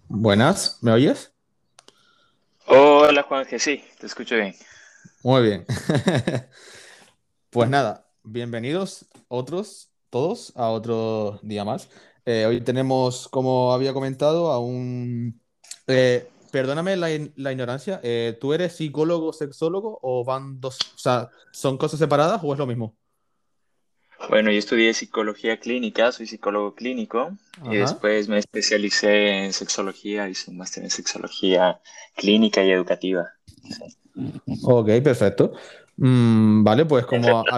Buenas, ¿me oyes? Hola Juan, que sí, te escucho bien. Muy bien. Pues nada, bienvenidos todos, a otro día más. Hoy tenemos, como había comentado, perdóname la ignorancia, ¿tú eres psicólogo, sexólogo o van dos, o sea, son cosas separadas o es lo mismo? Bueno, yo estudié psicología clínica, soy psicólogo clínico y Ajá. después me especialicé en sexología, hice un máster en sexología clínica y educativa. Sí. Ok, perfecto. Vale, pues Entre como,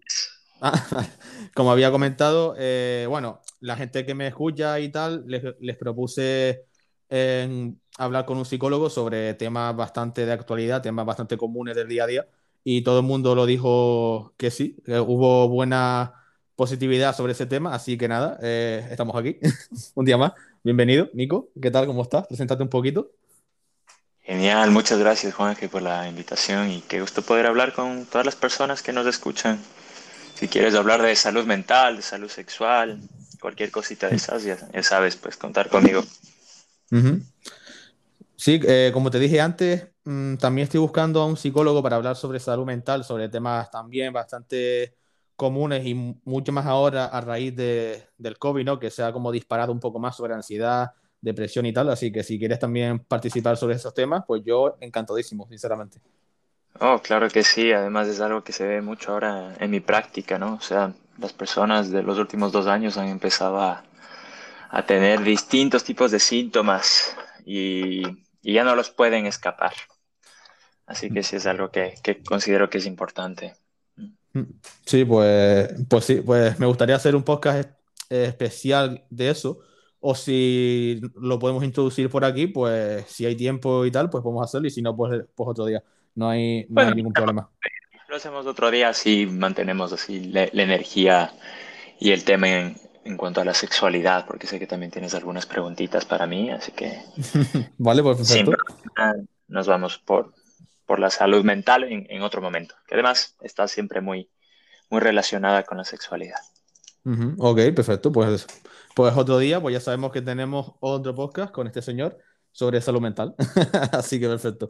como había comentado, bueno, la gente que me escucha y tal, les propuse hablar con un psicólogo sobre temas bastante de actualidad, temas bastante comunes del día a día, y todo el mundo lo dijo que sí, que hubo buena positividad sobre ese tema, así que nada, estamos aquí un día más. Bienvenido, Nico, ¿qué tal? ¿Cómo estás? Preséntate un poquito. Genial, muchas gracias Juanje por la invitación y qué gusto poder hablar con todas las personas que nos escuchan. Si quieres hablar de salud mental, de salud sexual, cualquier cosita de esas, ya sabes, pues contar conmigo. Ujú. Sí, como te dije antes, también estoy buscando a un psicólogo para hablar sobre salud mental, sobre temas también bastante comunes y mucho más ahora a raíz del COVID, ¿no? Que se ha como disparado un poco más sobre ansiedad, depresión y tal. Así que si quieres también participar sobre esos temas, pues yo encantadísimo, sinceramente. Oh, claro que sí, además es algo que se ve mucho ahora en mi práctica, ¿no? O sea, las personas de los últimos 2 años han empezado a tener distintos tipos de síntomas y ya no los pueden escapar. Así que sí es algo que considero que es importante. Mm. Sí, pues sí, pues me gustaría hacer un podcast especial de eso. O si lo podemos introducir por aquí, pues si hay tiempo y tal, pues podemos hacerlo. Y si no, pues otro día. No Bueno, hay ningún problema. lo hacemos otro día, así mantenemos así la energía y el tema en cuanto a la sexualidad, porque sé que también tienes algunas preguntitas para mí, así que Vale, pues sin perfecto. problema nos vamos por la salud mental en otro momento, que además está siempre muy relacionada con la sexualidad. Ujú, ok, perfecto. Pues otro día, pues ya sabemos que tenemos otro podcast con este señor sobre salud mental. Así que perfecto.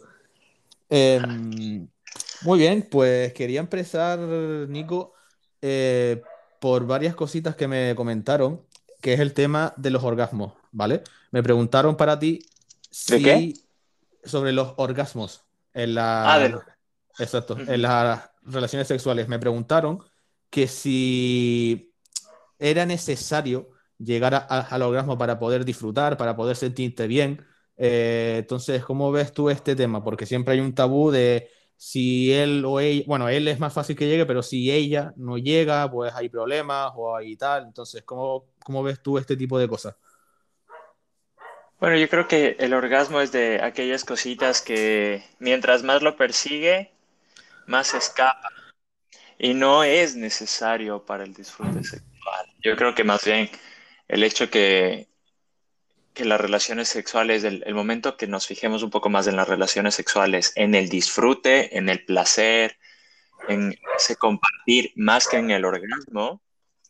Muy bien, pues quería empezar, Nico, eh, por varias cositas que me comentaron, que es el tema de los orgasmos, ¿vale? Me preguntaron para ti ¿De qué? si sobre los orgasmos en Ah, de lo... exacto, en Ujú. las relaciones sexuales. Me preguntaron que si era necesario llegar al orgasmo para poder disfrutar, para poder sentirte bien. Entonces, ¿cómo ves tú este tema? Porque siempre hay un tabú de si él o ella, bueno, él es más fácil que llegue, pero si ella no llega, pues hay problemas o hay tal. Entonces, ¿cómo ves tú este tipo de cosas? Bueno, yo creo que el orgasmo es de aquellas cositas que mientras más lo persigue, más se escapa y no es necesario para el disfrute sexual. Yo creo que más bien el hecho que las relaciones sexuales, el momento que nos fijemos un poco más en las relaciones sexuales, en el disfrute, en el placer, en ese compartir más que en el orgasmo,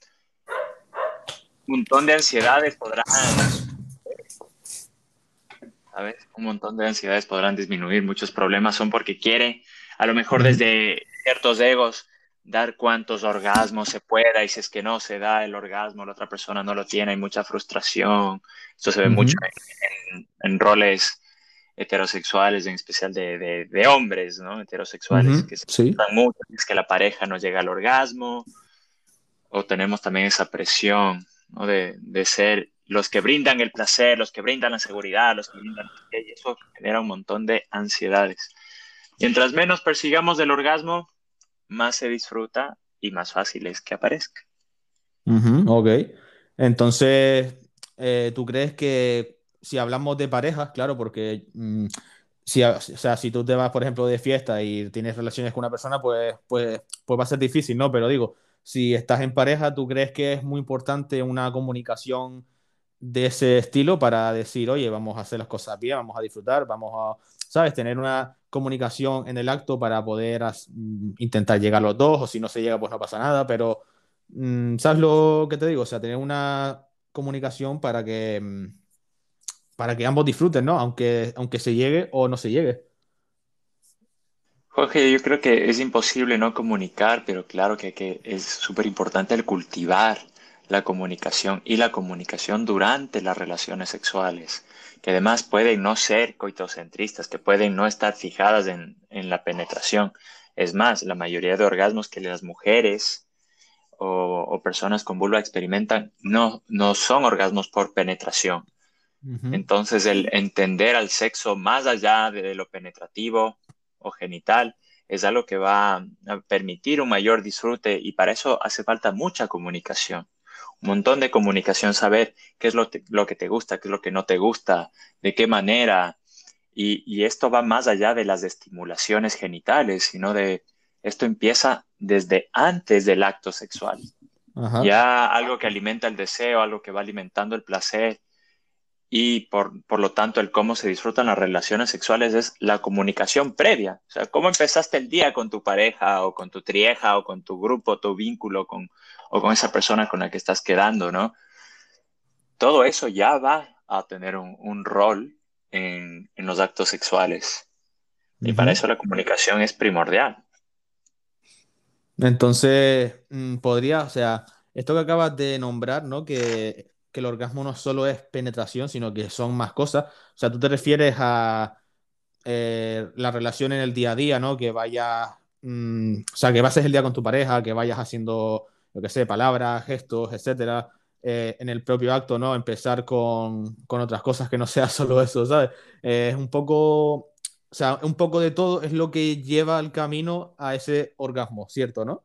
un montón de ansiedades podrán, ¿sabes? Un montón de ansiedades podrán disminuir. Muchos problemas son porque quiere, a lo mejor Ujú, desde ciertos egos, dar cuantos orgasmos se pueda y si es que no se da el orgasmo, la otra persona no lo tiene, hay mucha frustración. Esto se ve mucho ujú, en roles heterosexuales, en especial de hombres, ¿no? Heterosexuales, ujú, que se sí. frustran mucho, es que la pareja no llega al orgasmo, o tenemos también esa presión, ¿no? De ser los que brindan el placer, los que brindan la seguridad, los que brindan... Y eso genera un montón de ansiedades. Mientras menos persigamos el orgasmo, más se disfruta y más fácil es que aparezca. Ujú, ok. Entonces, ¿tú crees que si hablamos de parejas, claro, porque o sea, si tú te vas, por ejemplo, de fiesta y tienes relaciones con una persona, pues va a ser difícil, ¿no? Pero digo, si estás en pareja, ¿tú crees que es muy importante una comunicación de ese estilo para decir, oye, vamos a hacer las cosas bien, vamos a disfrutar, vamos a, ¿sabes? Tener una comunicación en el acto para poder intentar llegar los dos, o si no se llega, pues no pasa nada, pero ¿sabes lo que te digo? O sea, tener una comunicación para que para que ambos disfruten, ¿no? Aunque se llegue o no se llegue. Jorge, yo creo que es imposible no comunicar, pero claro que es súper importante el cultivar la comunicación y la comunicación durante las relaciones sexuales, que además pueden no ser coitocentristas, que pueden no estar fijadas en la penetración. Es más, la mayoría de orgasmos que las mujeres o personas con vulva experimentan no son orgasmos por penetración. Ujú, Entonces, el entender al sexo más allá de lo penetrativo o genital es algo que va a permitir un mayor disfrute y para eso hace falta mucha comunicación, un montón de comunicación, saber qué es lo que te gusta, qué es lo que no te gusta, de qué manera. Y esto va más allá de las estimulaciones genitales, sino de esto empieza desde antes del acto sexual. ajá. Ya algo que alimenta el deseo, algo que va alimentando el placer y por lo tanto el cómo se disfrutan las relaciones sexuales es la comunicación previa. O sea, cómo empezaste el día con tu pareja o con tu trieja o con tu grupo, tu vínculo o con esa persona con la que estás quedando, ¿no? Todo eso ya va a tener un rol en los actos sexuales. Y para Ujú. eso la comunicación es primordial. Entonces, podría, o sea, esto que acabas de nombrar, ¿no? Que el orgasmo no solo es penetración, sino que son más cosas. O sea, tú te refieres a la relación en el día a día, ¿no? Que vayas, o sea, que pases el día con tu pareja, que vayas haciendo, lo que sé, palabras, gestos, etcétera, en el propio acto, ¿no? Empezar con otras cosas que no sea solo eso, ¿sabes? Es un poco, o sea, un poco de todo es lo que lleva el camino a ese orgasmo, ¿cierto, no?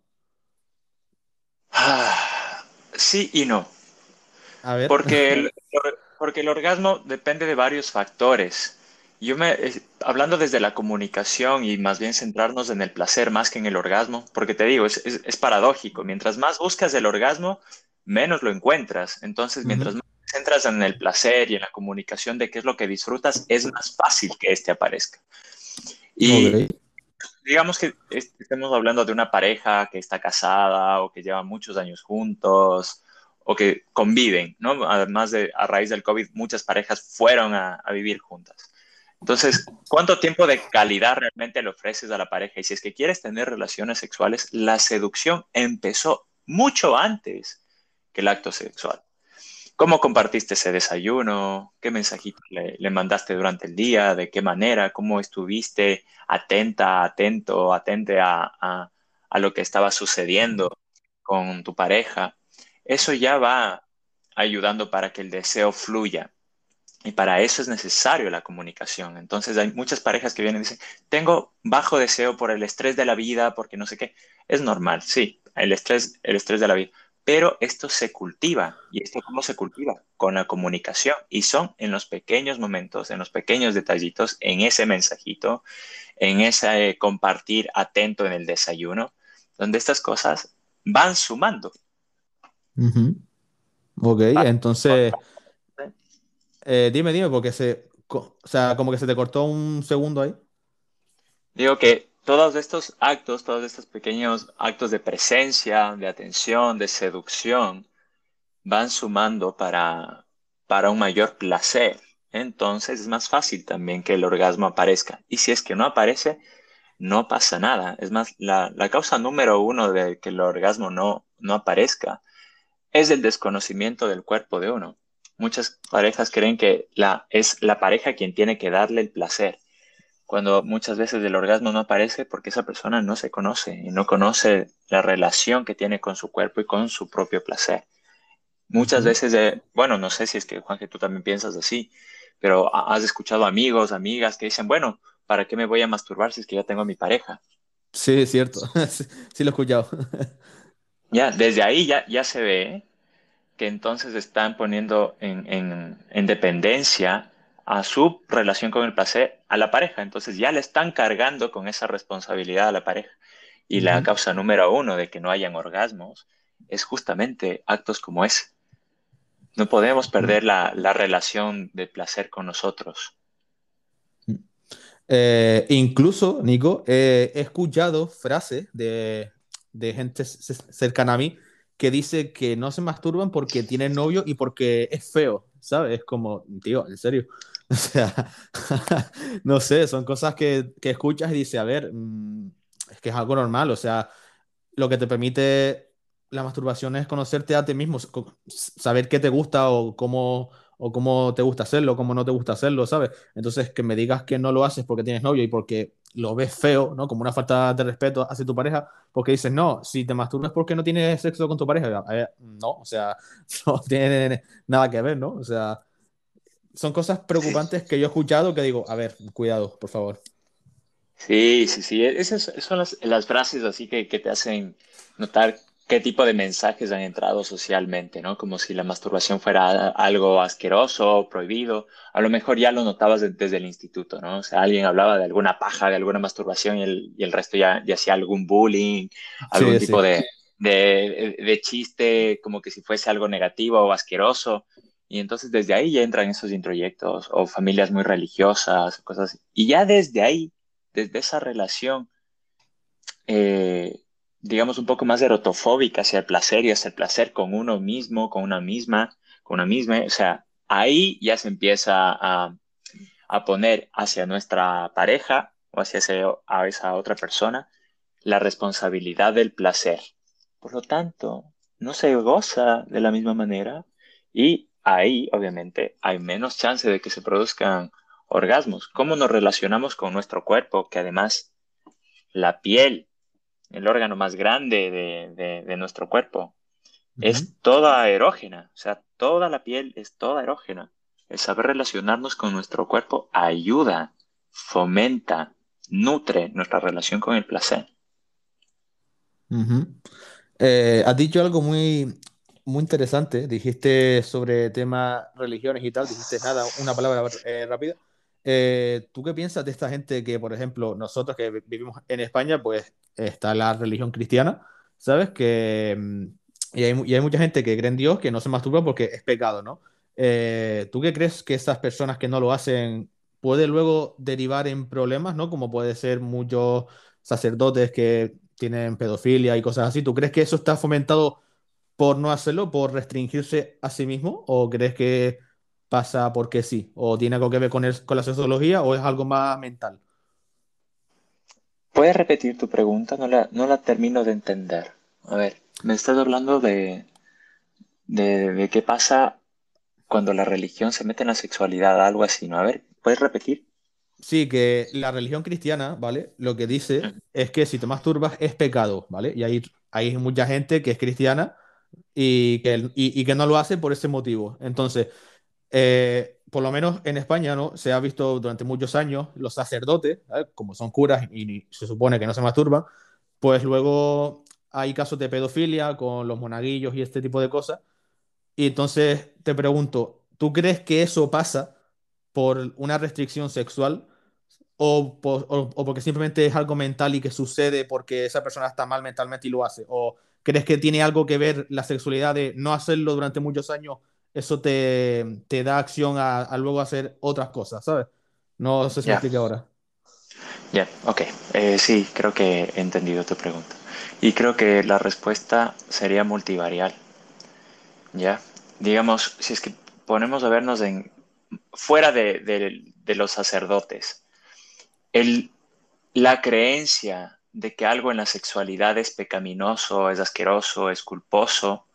Ah, sí y no. A ver. Porque porque el orgasmo depende de varios factores. Hablando desde la comunicación y más bien centrarnos en el placer más que en el orgasmo, porque te digo, es paradójico. Mientras más buscas el orgasmo, menos lo encuentras. Entonces, mientras Ujú. más te centras en el placer y en la comunicación de qué es lo que disfrutas, es más fácil que éste aparezca. Y Ok. digamos que estemos hablando de una pareja que está casada o que lleva muchos años juntos o que conviven, ¿no? Además de, a raíz del COVID, muchas parejas fueron a vivir juntas. Entonces, ¿cuánto tiempo de calidad realmente le ofreces a la pareja? Y si es que quieres tener relaciones sexuales, la seducción empezó mucho antes que el acto sexual. ¿Cómo compartiste ese desayuno? ¿Qué mensajito le mandaste durante el día? ¿De qué manera? ¿Cómo estuviste atenta, atento, atente a lo que estaba sucediendo con tu pareja? Eso ya va ayudando para que el deseo fluya. Y para eso es necesario la comunicación. Entonces hay muchas parejas que vienen y dicen, tengo bajo deseo por el estrés de la vida, porque no sé qué. Es normal, sí, el estrés de la vida. Pero esto se cultiva. ¿Y esto cómo se cultiva? Con la comunicación. Y son en los pequeños momentos, en los pequeños detallitos, en ese mensajito, en ese compartir atento en el desayuno, donde estas cosas van sumando. Ujú. Ok, Va- entonces, dime, porque o sea, como que se te cortó un segundo ahí. Digo que todos estos actos, todos estos pequeños actos de presencia, de atención, de seducción, van sumando para un mayor placer. Entonces es más fácil también que el orgasmo aparezca. Y si es que no aparece, no pasa nada. Es más, la causa número uno de que el orgasmo no aparezca es el desconocimiento del cuerpo de uno. Muchas parejas creen que es la pareja quien tiene que darle el placer cuando muchas veces el orgasmo no aparece porque esa persona no se conoce y no conoce la relación que tiene con su cuerpo y con su propio placer. Muchas Ujú. veces, bueno, no sé si es que Juan, que tú también piensas así, pero has escuchado amigos, amigas que dicen, bueno, ¿para qué me voy a masturbar si es que ya tengo a mi pareja? Sí, es cierto. Sí, sí lo he escuchado. Ya, desde ahí ya se ve que entonces están poniendo en dependencia a su relación con el placer a la pareja. Entonces ya le están cargando con esa responsabilidad a la pareja. Y la Ujú. causa número uno de que no hayan orgasmos es justamente actos como ese. No podemos Mm. perder la relación de placer con nosotros. Incluso, Nico, he escuchado frases de gente cercana a mí que dice que no se masturban porque tienen novio y porque es feo, ¿sabes? Es como, tío, en serio. O sea, no sé, son cosas que escuchas y dices, a ver, es que es algo normal, o sea, lo que te permite la masturbación es conocerte a ti mismo, saber qué te gusta o cómo te gusta hacerlo, cómo no te gusta hacerlo, ¿sabes? Entonces, que me digas que no lo haces porque tienes novio y porque lo ves feo, ¿no? Como una falta de respeto hacia tu pareja, porque dices, no, si te masturbas porque no tienes sexo con tu pareja, a ver, no, o sea, no tiene nada que ver, ¿no? O sea, son cosas Sí. preocupantes que yo he escuchado que digo, a ver, cuidado, por favor. Sí, sí, sí. Esas son las frases así que te hacen notar qué tipo de mensajes han entrado socialmente, ¿no? Como si la masturbación fuera algo asqueroso, prohibido. A lo mejor ya lo notabas desde el instituto, ¿no? O sea, alguien hablaba de alguna paja, de alguna masturbación y el resto ya hacía algún bullying, algún Sí, tipo sí. de chiste, como que si fuese algo negativo o asqueroso. Y entonces desde ahí ya entran esos introyectos o familias muy religiosas, cosas así. Y ya desde ahí desde esa relación, eh, digamos, un poco más erotofóbica hacia el placer y hacia el placer con uno mismo, con una misma, o sea, ahí ya se empieza a poner hacia nuestra pareja o hacia a esa otra persona la responsabilidad del placer. Por lo tanto, no se goza de la misma manera y ahí, obviamente, hay menos chance de que se produzcan orgasmos. ¿Cómo nos relacionamos con nuestro cuerpo? Que además la piel, el órgano más grande de nuestro cuerpo, Ujú. es toda erógena, o sea, toda la piel es toda erógena. El saber relacionarnos con nuestro cuerpo ayuda, fomenta, nutre nuestra relación con el placer. Ujú. Has dicho algo muy interesante. Dijiste sobre temas religiones y tal. Dijiste nada, una palabra rápida. ¿Tú qué piensas de esta gente que, por ejemplo, nosotros que vivimos en España, pues está la religión cristiana, ¿sabes? Y hay mucha gente que cree en Dios que no se masturba porque es pecado, ¿no? ¿Tú qué crees que esas personas que no lo hacen puede luego derivar en problemas, ¿no? Como puede ser muchos sacerdotes que tienen pedofilia y cosas así. ¿Tú crees que eso está fomentado por no hacerlo, por restringirse a sí mismo? ¿O crees que pasa porque sí? ¿O tiene algo que ver con la sexología o es algo más mental? ¿Puedes repetir tu pregunta? No la termino de entender. A ver, me estás hablando de qué pasa cuando la religión se mete en la sexualidad, algo así, ¿no? A ver, ¿puedes repetir? Sí, que la religión cristiana, ¿vale? Lo que dice Ujú. es que si te masturbas es pecado, ¿vale? Y hay mucha gente que es cristiana y que no lo hace por ese motivo. Entonces, por lo menos en España, ¿no? Se ha visto durante muchos años los sacerdotes, ¿vale? Como son curas y se supone que no se masturban, pues luego hay casos de pedofilia con los monaguillos y este tipo de cosas. Y entonces te pregunto, ¿tú crees que eso pasa por una restricción sexual o porque simplemente es algo mental y que sucede porque esa persona está mal mentalmente y lo hace? ¿O crees que tiene algo que ver la sexualidad de no hacerlo durante muchos años? Eso te da acción a luego hacer otras cosas, ¿sabes? No sé si me Ya, expliqué ahora. ya, ok. Sí, creo que he entendido tu pregunta. Y creo que la respuesta sería multivarial, ¿ya? Digamos, si es que ponemos a vernos fuera de los sacerdotes, el, la creencia de que algo en la sexualidad es pecaminoso, es asqueroso, es culposo,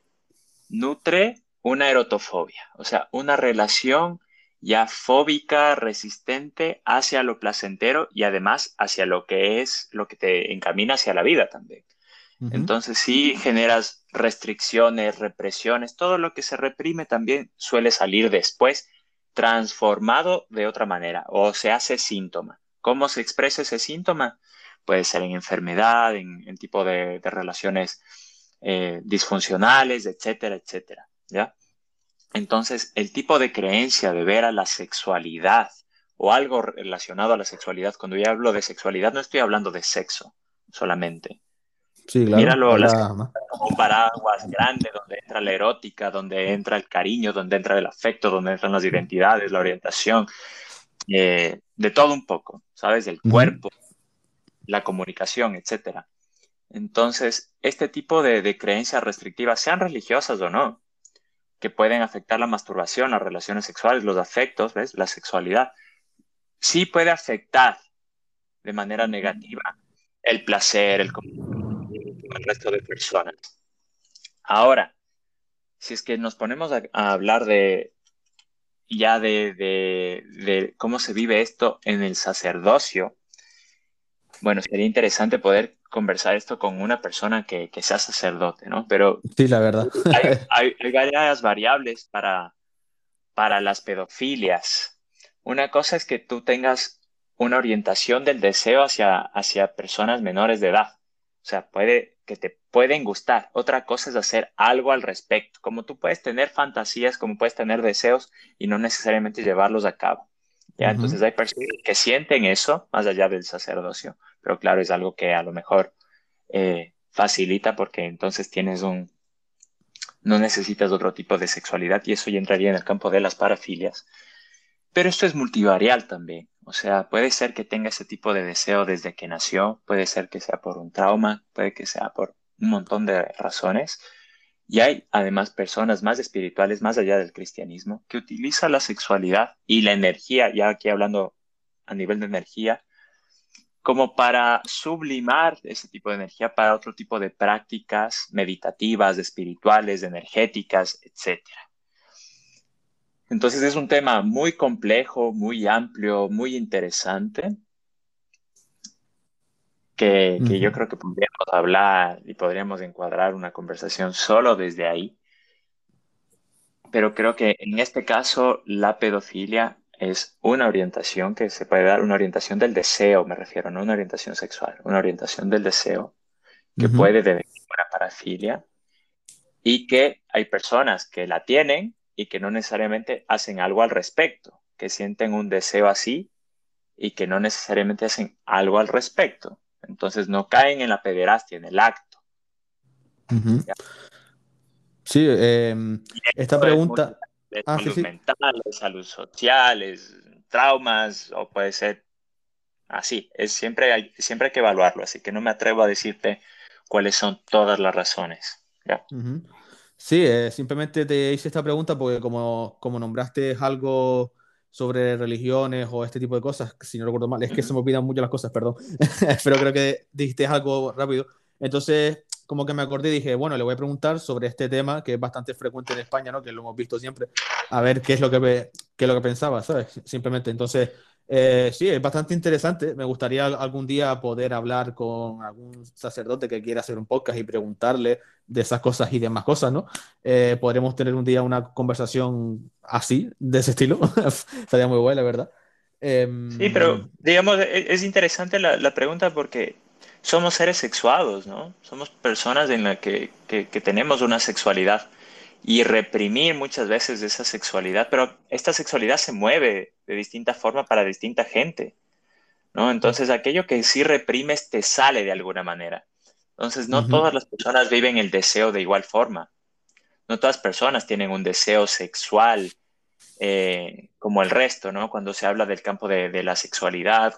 nutre una erotofobia, o sea, una relación ya fóbica, resistente hacia lo placentero y además hacia lo que es lo que te encamina hacia la vida también. Ujú. Entonces sí generas restricciones, represiones, todo lo que se reprime también suele salir después transformado de otra manera o se hace síntoma. ¿Cómo se expresa ese síntoma? Puede ser en enfermedad, en tipo de relaciones disfuncionales, etcétera, etcétera, ¿ya? Entonces, el tipo de creencia de ver a la sexualidad o algo relacionado a la sexualidad, cuando yo hablo de sexualidad no estoy hablando de sexo solamente. Sí, claro, Míralo, la habrá sexualidad más. como un paraguas grande donde entra la erótica, donde entra el cariño, donde entra el afecto, donde entran las identidades, la orientación, de todo un poco, ¿sabes? Del Ujú. cuerpo, la comunicación, etcétera. Entonces, este tipo de creencias restrictivas, sean religiosas o no, que pueden afectar la masturbación, las relaciones sexuales, los afectos, ¿ves? La sexualidad. Sí puede afectar de manera negativa el placer, el comportamiento con el resto de personas. Ahora, si es que nos ponemos a hablar de ya de cómo se vive esto en el sacerdocio, bueno, sería interesante poder conversar esto con una persona que sea sacerdote, ¿no? Pero Sí, la verdad. hay varias variables para las pedofilias. Una cosa es que tú tengas una orientación del deseo hacia personas menores de edad. O sea, puede que te pueden gustar. Otra cosa es hacer algo al respecto. Como tú puedes tener fantasías, como puedes tener deseos y no necesariamente llevarlos a cabo. ¿Ya? Entonces Ujú, hay personas que sienten eso más allá del sacerdocio, pero claro, es algo que a lo mejor facilita porque entonces no necesitas otro tipo de sexualidad y eso ya entraría en el campo de las parafilias. Pero esto es multivarial también. O sea, puede ser que tenga ese tipo de deseo desde que nació, puede ser que sea por un trauma, puede que sea por un montón de razones. Y hay además personas más espirituales, más allá del cristianismo, que utilizan la sexualidad y la energía, ya aquí hablando a nivel de energía, como para sublimar ese tipo de energía para otro tipo de prácticas meditativas, espirituales, energéticas, etcétera. Entonces es un tema muy complejo, muy amplio, muy interesante, que yo ujú, creo que podríamos hablar y podríamos encuadrar una conversación solo desde ahí, pero creo que en este caso la pedofilia es una orientación que se puede dar, una orientación del deseo, me refiero, no una orientación sexual, una orientación del deseo que ujú, puede devenir una parafilia y que hay personas que la tienen y que no necesariamente hacen algo al respecto, que sienten un deseo así y que no necesariamente hacen algo al respecto. Entonces no caen en la pederastia, en el acto. ujú. ¿Ya? Sí, esta Esto es pregunta. de Ah, sí, salud sí. mental, de salud social, es traumas o puede ser así. Siempre hay que evaluarlo, así que no me atrevo a decirte cuáles son todas las razones. ¿Ya? Ujú. Sí, simplemente te hice esta pregunta porque como nombraste algo sobre religiones o este tipo de cosas, si no recuerdo mal, es que se Ujú. me olvidan mucho las cosas, perdón, pero creo que dijiste algo rápido. Entonces, como que me acordé y dije, bueno, le voy a preguntar sobre este tema que es bastante frecuente en España, ¿no? Que lo hemos visto siempre, a ver qué es lo qué es lo que pensaba, ¿sabes? Simplemente, entonces, sí, es bastante interesante. Me gustaría algún día poder hablar con algún sacerdote que quiera hacer un podcast y preguntarle de esas cosas y demás cosas, ¿no? Podremos tener un día una conversación así, de ese estilo. Estaría muy buena, la verdad. Sí, pero digamos, es interesante la pregunta porque somos seres sexuados, ¿no? Somos personas en la que tenemos una sexualidad y reprimir muchas veces esa sexualidad, pero esta sexualidad se mueve de distinta forma para distinta gente, ¿no? Entonces aquello que sí reprimes te sale de alguna manera. Entonces no Ujú, todas las personas viven el deseo de igual forma, no todas personas tienen un deseo sexual como el resto, ¿no? Cuando se habla del campo de la sexualidad,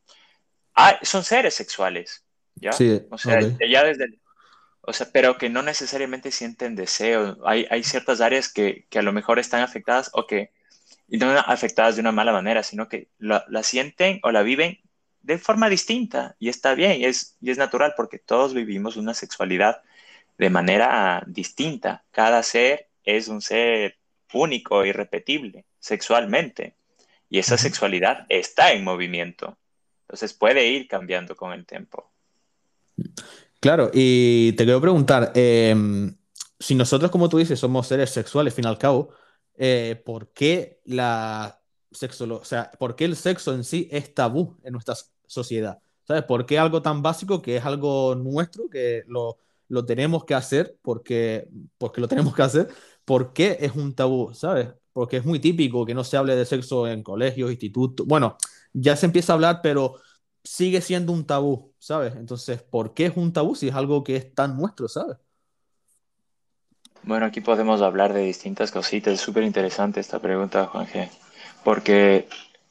son seres sexuales, ¿ya? sí, O sea, ok. ya o sea, pero que no necesariamente sienten deseo. Hay ciertas áreas que a lo mejor están afectadas y no afectadas de una mala manera, sino que la sienten o la viven de forma distinta y está bien y es natural porque todos vivimos una sexualidad de manera distinta. Cada ser es un ser único, irrepetible, sexualmente. Y esa Ujú. sexualidad está en movimiento. Entonces puede ir cambiando con el tiempo. Claro, y te quiero preguntar, si nosotros, como tú dices, somos seres sexuales, al fin y al cabo, ¿por qué o sea, por qué el sexo en sí es tabú en nuestra sociedad? ¿Sabes? ¿Por qué algo tan básico que es algo nuestro, que lo tenemos que hacer porque lo tenemos que hacer? ¿Por qué es un tabú? ¿Sabes? Porque es muy típico que no se hable de sexo en colegios, institutos. Bueno, ya se empieza a hablar, pero sigue siendo un tabú, ¿sabes? Entonces, ¿por qué es un tabú si es algo que es tan nuestro, ¿sabes? Bueno, aquí podemos hablar de distintas cositas. Es súper interesante esta pregunta, Juan G. Porque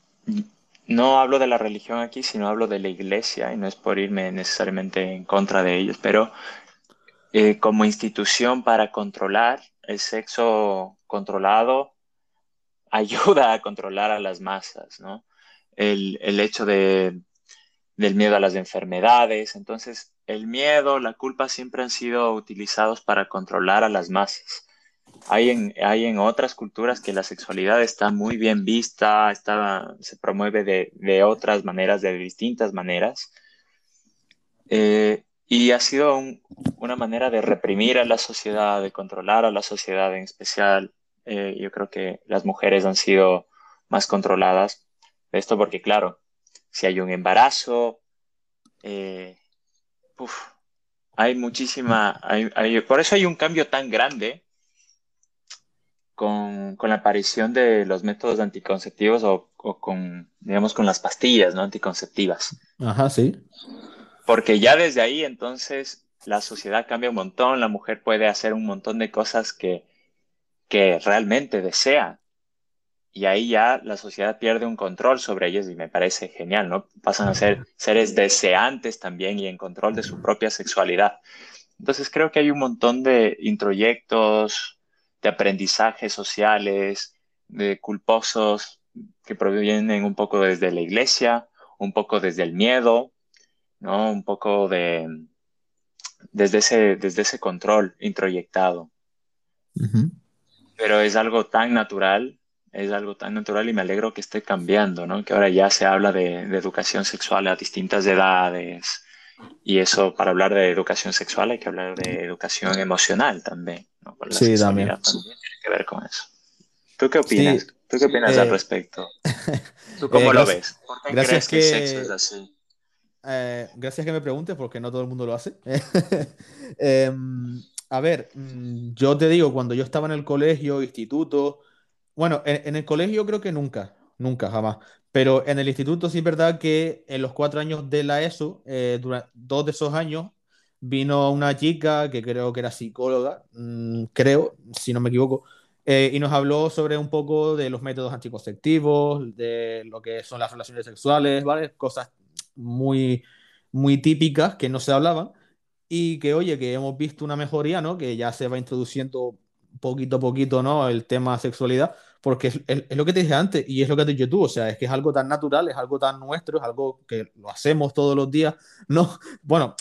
no hablo de la religión aquí, sino hablo de la iglesia, y no es por irme necesariamente en contra de ellos, pero como institución para controlar el sexo controlado ayuda a controlar a las masas, ¿no? El hecho del miedo a las enfermedades. Entonces, el miedo, la culpa siempre han sido utilizados para controlar a las masas. Hay en otras culturas que la sexualidad está muy bien vista, se promueve de otras maneras, de distintas maneras, y ha sido una manera de reprimir a la sociedad, de controlar a la sociedad en especial. Yo creo que las mujeres han sido más controladas. Esto porque, claro, si hay un embarazo, eh, uf, hay muchísima, por eso hay un cambio tan grande con la aparición de los métodos anticonceptivos o con, digamos, con las pastillas, ¿no? Anticonceptivas. Ajá, sí. Porque ya desde ahí entonces la sociedad cambia un montón, la mujer puede hacer un montón de cosas que realmente desea. Y ahí ya la sociedad pierde un control sobre ellas y me parece genial, ¿no? Pasan a ser seres deseantes también y en control de su propia sexualidad. Entonces creo que hay un montón de introyectos, de aprendizajes sociales, de culposos que provienen un poco desde la iglesia, un poco desde el miedo, ¿no? Un poco desde ese control introyectado. Ujú. Pero es algo tan natural y me alegro que esté cambiando, ¿no? Que ahora ya se habla de educación sexual a distintas edades. Y eso, para hablar de educación sexual hay que hablar de educación emocional también, ¿no? Con la Sí, también. sexualidad también tiene que ver con eso. ¿Tú qué opinas? Sí, ¿Tú qué opinas al eh, respecto? ¿Tú cómo lo gracias, ves? ¿Por qué gracias crees que el sexo es que así? gracias que me preguntes, porque no todo el mundo lo hace. A ver, yo te digo, cuando yo estaba en el colegio, instituto, bueno, en el colegio creo que nunca, nunca, jamás. Pero en el instituto sí es verdad que en los 4 años de la ESO, durante 2 de esos años, vino una chica que creo que era psicóloga, creo, si no me equivoco, y nos habló sobre un poco de los métodos anticonceptivos, de lo que son las relaciones sexuales, ¿vale? Cosas muy, muy típicas que no se hablaban y que, oye, que hemos visto una mejoría, ¿no? Que ya se va introduciendo poquito a poquito, ¿no? El tema sexualidad, porque es lo que te dije antes y es lo que te has dicho tú, o sea, es que es algo tan natural, es algo tan nuestro, es algo que lo hacemos todos los días, no, bueno,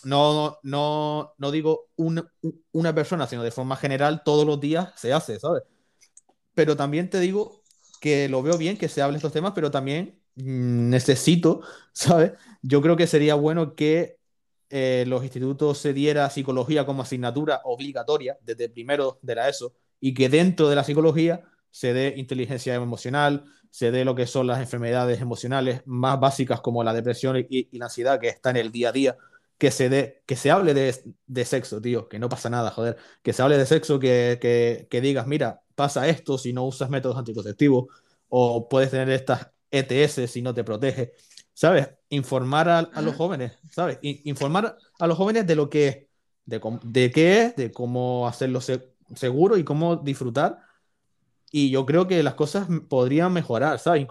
no digo una persona, sino de forma general, todos los días se hace, ¿sabes? Pero también te digo que lo veo bien que se hable estos temas, pero también necesito, ¿sabes? Yo creo que sería bueno que los institutos se diera psicología como asignatura obligatoria desde primero de la ESO y que dentro de la psicología se dé inteligencia emocional, se dé lo que son las enfermedades emocionales más básicas como la depresión y la ansiedad que está en el día a día, que se hable de sexo, tío, que no pasa nada, joder, que se hable de sexo, que digas, mira, pasa esto si no usas métodos anticonceptivos, o puedes tener estas ETS si no te protege, ¿sabes? Informar a los jóvenes, ¿sabes? Informar a los jóvenes de lo que es, de qué es, de cómo hacerlo seguro y cómo disfrutar. Y yo creo que las cosas podrían mejorar, ¿sabes?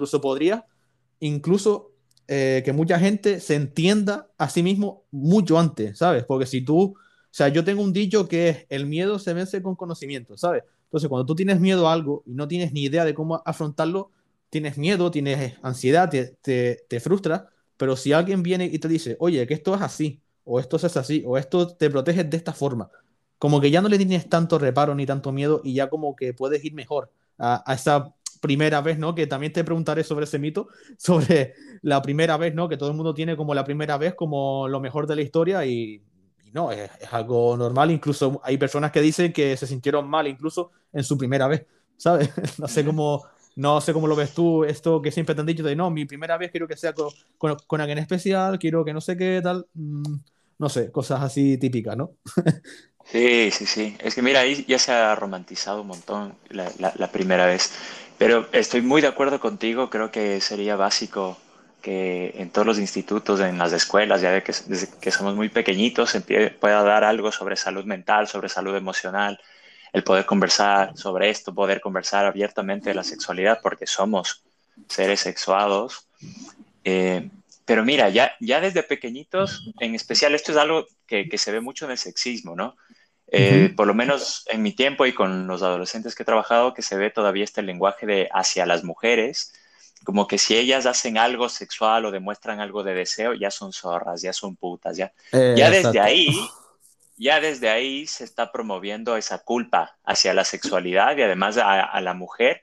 Incluso que mucha gente se entienda a sí mismo mucho antes, ¿sabes? Porque si tú, o sea, yo tengo un dicho que es, el miedo se vence con conocimiento, ¿sabes? Entonces, cuando tú tienes miedo a algo y no tienes ni idea de cómo afrontarlo, tienes miedo, tienes ansiedad, te frustras, pero si alguien viene y te dice, oye, que esto es así, o esto es así, o esto te protege de esta forma, como que ya no le tienes tanto reparo ni tanto miedo y ya como que puedes ir mejor a esa primera vez, ¿no? Que también te preguntaré sobre ese mito, sobre la primera vez, ¿no? Que todo el mundo tiene como la primera vez como lo mejor de la historia y no, es algo normal. Incluso hay personas que dicen que se sintieron mal incluso en su primera vez, ¿sabes? No sé Ujú. cómo, no sé cómo lo ves tú, esto que siempre te han dicho de, no, mi primera vez quiero que sea con alguien especial, quiero que no sé qué, tal. No sé, cosas así típicas, ¿no? Sí, sí, sí. Es que mira, ahí ya se ha romantizado un montón la primera vez. Pero estoy muy de acuerdo contigo. Creo que sería básico que en todos los institutos, en las escuelas, ya de que desde que somos muy pequeñitos, se pueda dar algo sobre salud mental, sobre salud emocional, el poder conversar sobre esto, poder conversar abiertamente de la sexualidad, porque somos seres sexuados. Eh, pero mira, ya desde pequeñitos, en especial, esto es algo que se ve mucho en el sexismo, ¿no? Ujú. Por lo menos en mi tiempo y con los adolescentes que he trabajado, que se ve todavía este lenguaje de hacia las mujeres, como que si ellas hacen algo sexual o demuestran algo de deseo, ya son zorras, ya son putas, ya desde Exacto. ahí, ya desde ahí se está promoviendo esa culpa hacia la sexualidad y además a la mujer,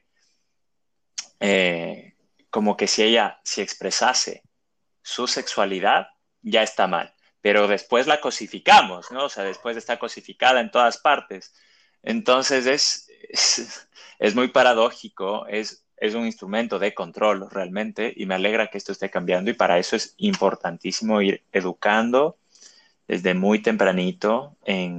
eh, como que si ella, si expresase su sexualidad, ya está mal. Pero después la cosificamos, ¿no? O sea, después está cosificada en todas partes. Entonces es muy paradójico, es un instrumento de control realmente y me alegra que esto esté cambiando y para eso es importantísimo ir educando desde muy tempranito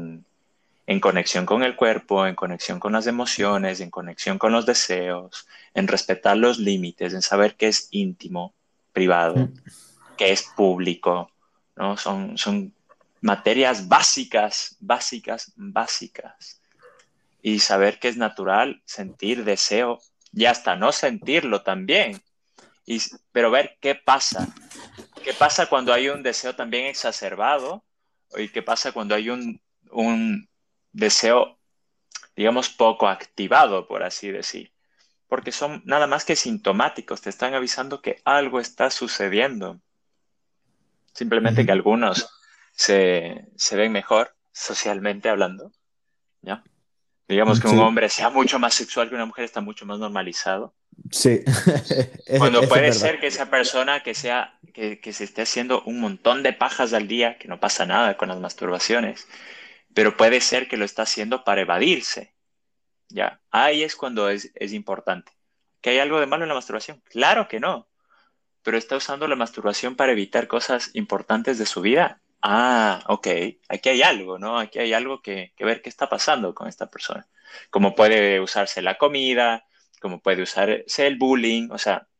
en conexión con el cuerpo, en conexión con las emociones, en conexión con los deseos, en respetar los límites, en saber qué es íntimo, privado, Mm. que es público, ¿no? Son materias básicas, básicas, básicas. Y saber que es natural sentir deseo y hasta no sentirlo también. Pero ver qué pasa. ¿Qué pasa cuando hay un deseo también exacerbado? ¿Y qué pasa cuando hay un deseo, digamos, poco activado, por así decir? Porque son nada más que sintomáticos, te están avisando que algo está sucediendo. Simplemente que Ujú. algunos se ven mejor socialmente hablando, ¿ya? Digamos que un Sí, hombre sea mucho más sexual que una mujer está mucho más normalizado. sí, Cuando eso es puede verdad. ser que esa persona que se esté haciendo un montón de pajas al día, que no pasa nada con las masturbaciones, pero puede ser que lo está haciendo para evadirse, ¿ya? Ahí es cuando es importante. ¿Que hay algo de malo en la masturbación? Claro que no, pero está usando la masturbación para evitar cosas importantes de su vida. Ah, ok, aquí hay algo, ¿no? Aquí hay algo que ver qué está pasando con esta persona. Cómo puede usarse la comida, cómo puede usarse el bullying, o sea,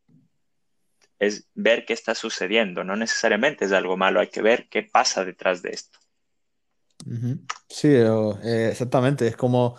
es ver qué está sucediendo, no necesariamente es algo malo, hay que ver qué pasa detrás de esto. Ujú. Sí, exactamente. Es como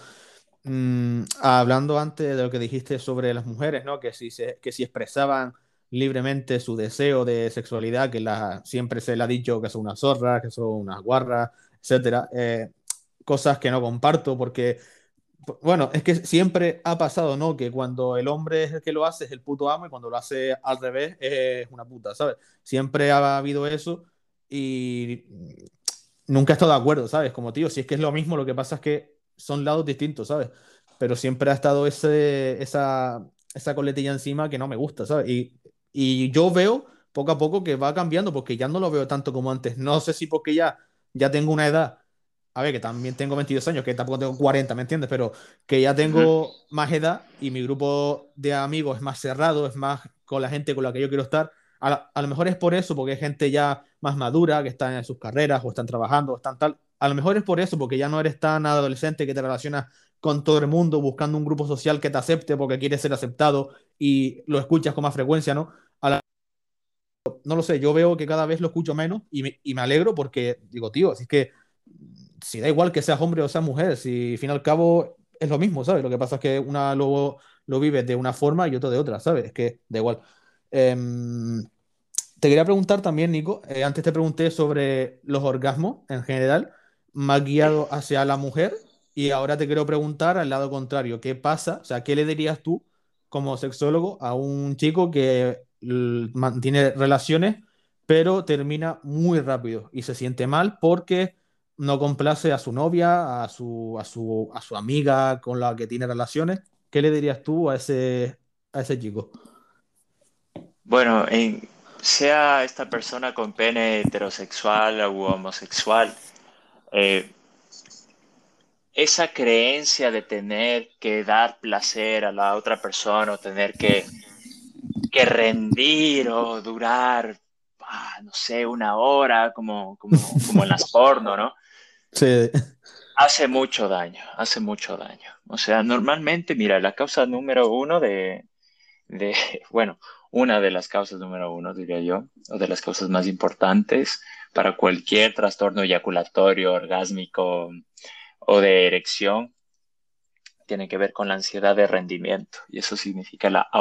hablando antes de lo que dijiste sobre las mujeres, ¿no? Que si expresaban libremente su deseo de sexualidad, siempre se le ha dicho que son unas zorras, que son unas guarras, etcétera. Cosas que no comparto porque, bueno, es que siempre ha pasado, ¿no? Que cuando el hombre es el que lo hace es el puto amo y cuando lo hace al revés es una puta, ¿sabes? Siempre ha habido eso y nunca he estado de acuerdo, ¿sabes? Como tío, si es que es lo mismo, lo que pasa es que son lados distintos, ¿sabes? Pero siempre ha estado esa coletilla encima que no me gusta, ¿sabes? Y yo veo poco a poco que va cambiando porque ya no lo veo tanto como antes. No sé si porque ya tengo una edad, a ver, que también tengo 22 años, que tampoco tengo 40, ¿me entiendes? Pero que ya Ujú. tengo más edad y mi grupo de amigos es más cerrado, es más con la gente con la que yo quiero estar. A lo mejor es por eso, porque hay gente ya más madura, que están en sus carreras o están trabajando o están tal. A lo mejor es por eso, porque ya no eres tan adolescente que te relacionas con todo el mundo buscando un grupo social que te acepte porque quieres ser aceptado y lo escuchas con más frecuencia, ¿no? No lo sé, yo veo que cada vez lo escucho menos y me alegro porque digo, tío, si es que si da igual que seas hombre o seas mujer, si al fin y al cabo es lo mismo, ¿sabes? Lo que pasa es que una lo vive de una forma y otra de otra, ¿sabes? Es que da igual. Em, Te quería preguntar también, Nico, antes te pregunté sobre los orgasmos en general, más Sí. guiado hacia la mujer, y ahora te quiero preguntar al lado contrario, ¿qué pasa? O sea, ¿qué le dirías tú como sexólogo a un chico que mantiene relaciones, pero termina muy rápido y se siente mal porque no complace a su novia, a su amiga con la que tiene relaciones? ¿Qué le dirías tú a ese chico? Bueno, sea esta persona con pene heterosexual u homosexual, eh, esa creencia de tener que dar placer a la otra persona o tener que rendir o durar, no sé, una hora como en las porno, ¿no? Sí. Hace mucho daño, hace mucho daño. O sea, normalmente, mira, la causa número uno de, bueno, una de las causas número uno, diría yo, o de las causas más importantes para cualquier trastorno eyaculatorio, orgásmico o de erección, tiene que ver con la ansiedad de rendimiento. Y eso significa la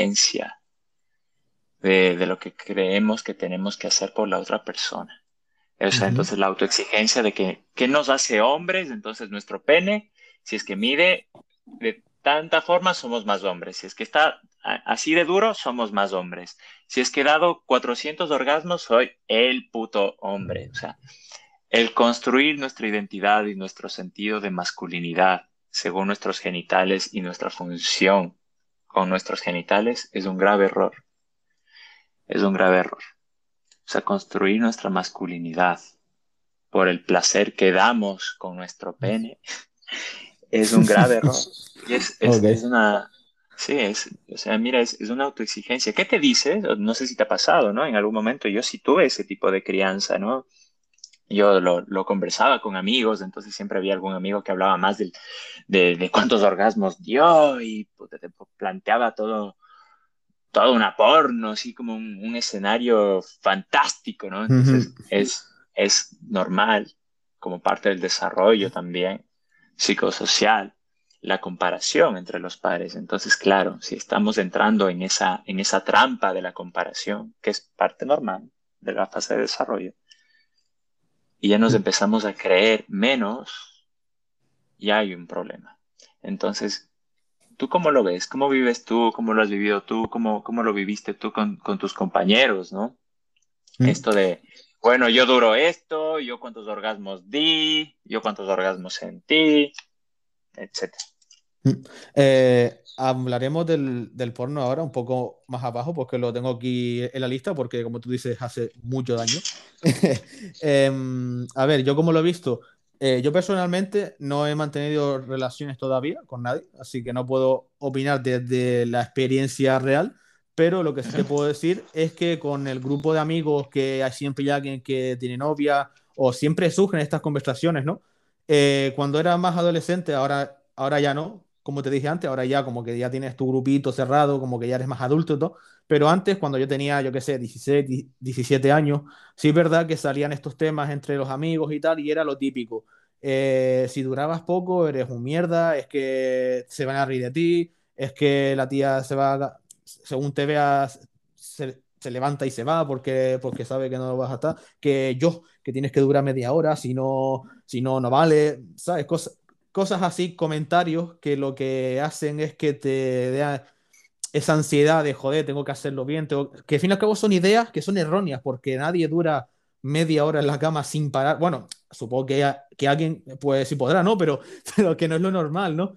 autoexigencia de lo que creemos que tenemos que hacer por la otra persona. O sea, Ujú, entonces la autoexigencia de que, ¿qué nos hace hombres? Entonces nuestro pene, si es que mide de tanta forma, somos más hombres. Si es que está así de duro, somos más hombres. Si es que he dado 400 orgasmos, soy el puto hombre. O sea, el construir nuestra identidad y nuestro sentido de masculinidad según nuestros genitales y nuestra función con nuestros genitales es un grave error. Es un grave error. O sea, construir nuestra masculinidad por el placer que damos con nuestro pene es un grave error. Y Ok. es una, sí, o sea, mira, es una autoexigencia. ¿Qué te dices? No sé si te ha pasado, ¿no? En algún momento yo sí tuve ese tipo de crianza, ¿no? Yo lo conversaba con amigos, entonces siempre había algún amigo que hablaba más de cuántos orgasmos dio y puta, te planteaba todo una porno, así como un escenario fantástico, ¿no? Ujú. Entonces es normal, como parte del desarrollo también psicosocial, la comparación entre los pares. Entonces, claro, si estamos entrando en esa trampa de la comparación, que es parte normal de la fase de desarrollo, y ya nos empezamos a creer menos, ya hay un problema. Entonces, ¿tú cómo lo ves? ¿Cómo vives tú? ¿Cómo lo has vivido tú? ¿Cómo lo viviste tú con tus compañeros, ¿no? Mm. Esto de, bueno, yo duro esto, yo cuántos orgasmos di, yo cuántos orgasmos sentí, etcétera. Mm. Hablaremos del porno ahora un poco más abajo porque lo tengo aquí en la lista porque como tú dices hace mucho daño. A ver, yo como lo he visto, yo personalmente no he mantenido relaciones todavía con nadie, así que no puedo opinar desde la experiencia real, pero lo que sí te puedo decir es que con el grupo de amigos que hay siempre alguien que tiene novia o siempre surgen estas conversaciones, ¿no? Cuando era más adolescente, ahora ya no, como te dije antes, ahora ya como que ya tienes tu grupito cerrado, como que ya eres más adulto y todo, pero antes cuando yo tenía, yo qué sé, 16 17 años, sí es verdad que salían estos temas entre los amigos y tal, y era lo típico. Si durabas poco, eres un mierda, es que se van a reír de ti, es que la tía se va, según te veas, se levanta y se va porque sabe que no vas a estar, que tienes que durar media hora, si no, no vale, ¿sabes? Cosas así, comentarios que lo que hacen es que te dé esa ansiedad de, joder, tengo que hacerlo bien, que al fin y al cabo son ideas que son erróneas, porque nadie dura media hora en la cama sin parar. Bueno, supongo que alguien, pues sí podrá, ¿no? Pero que no es lo normal, ¿no?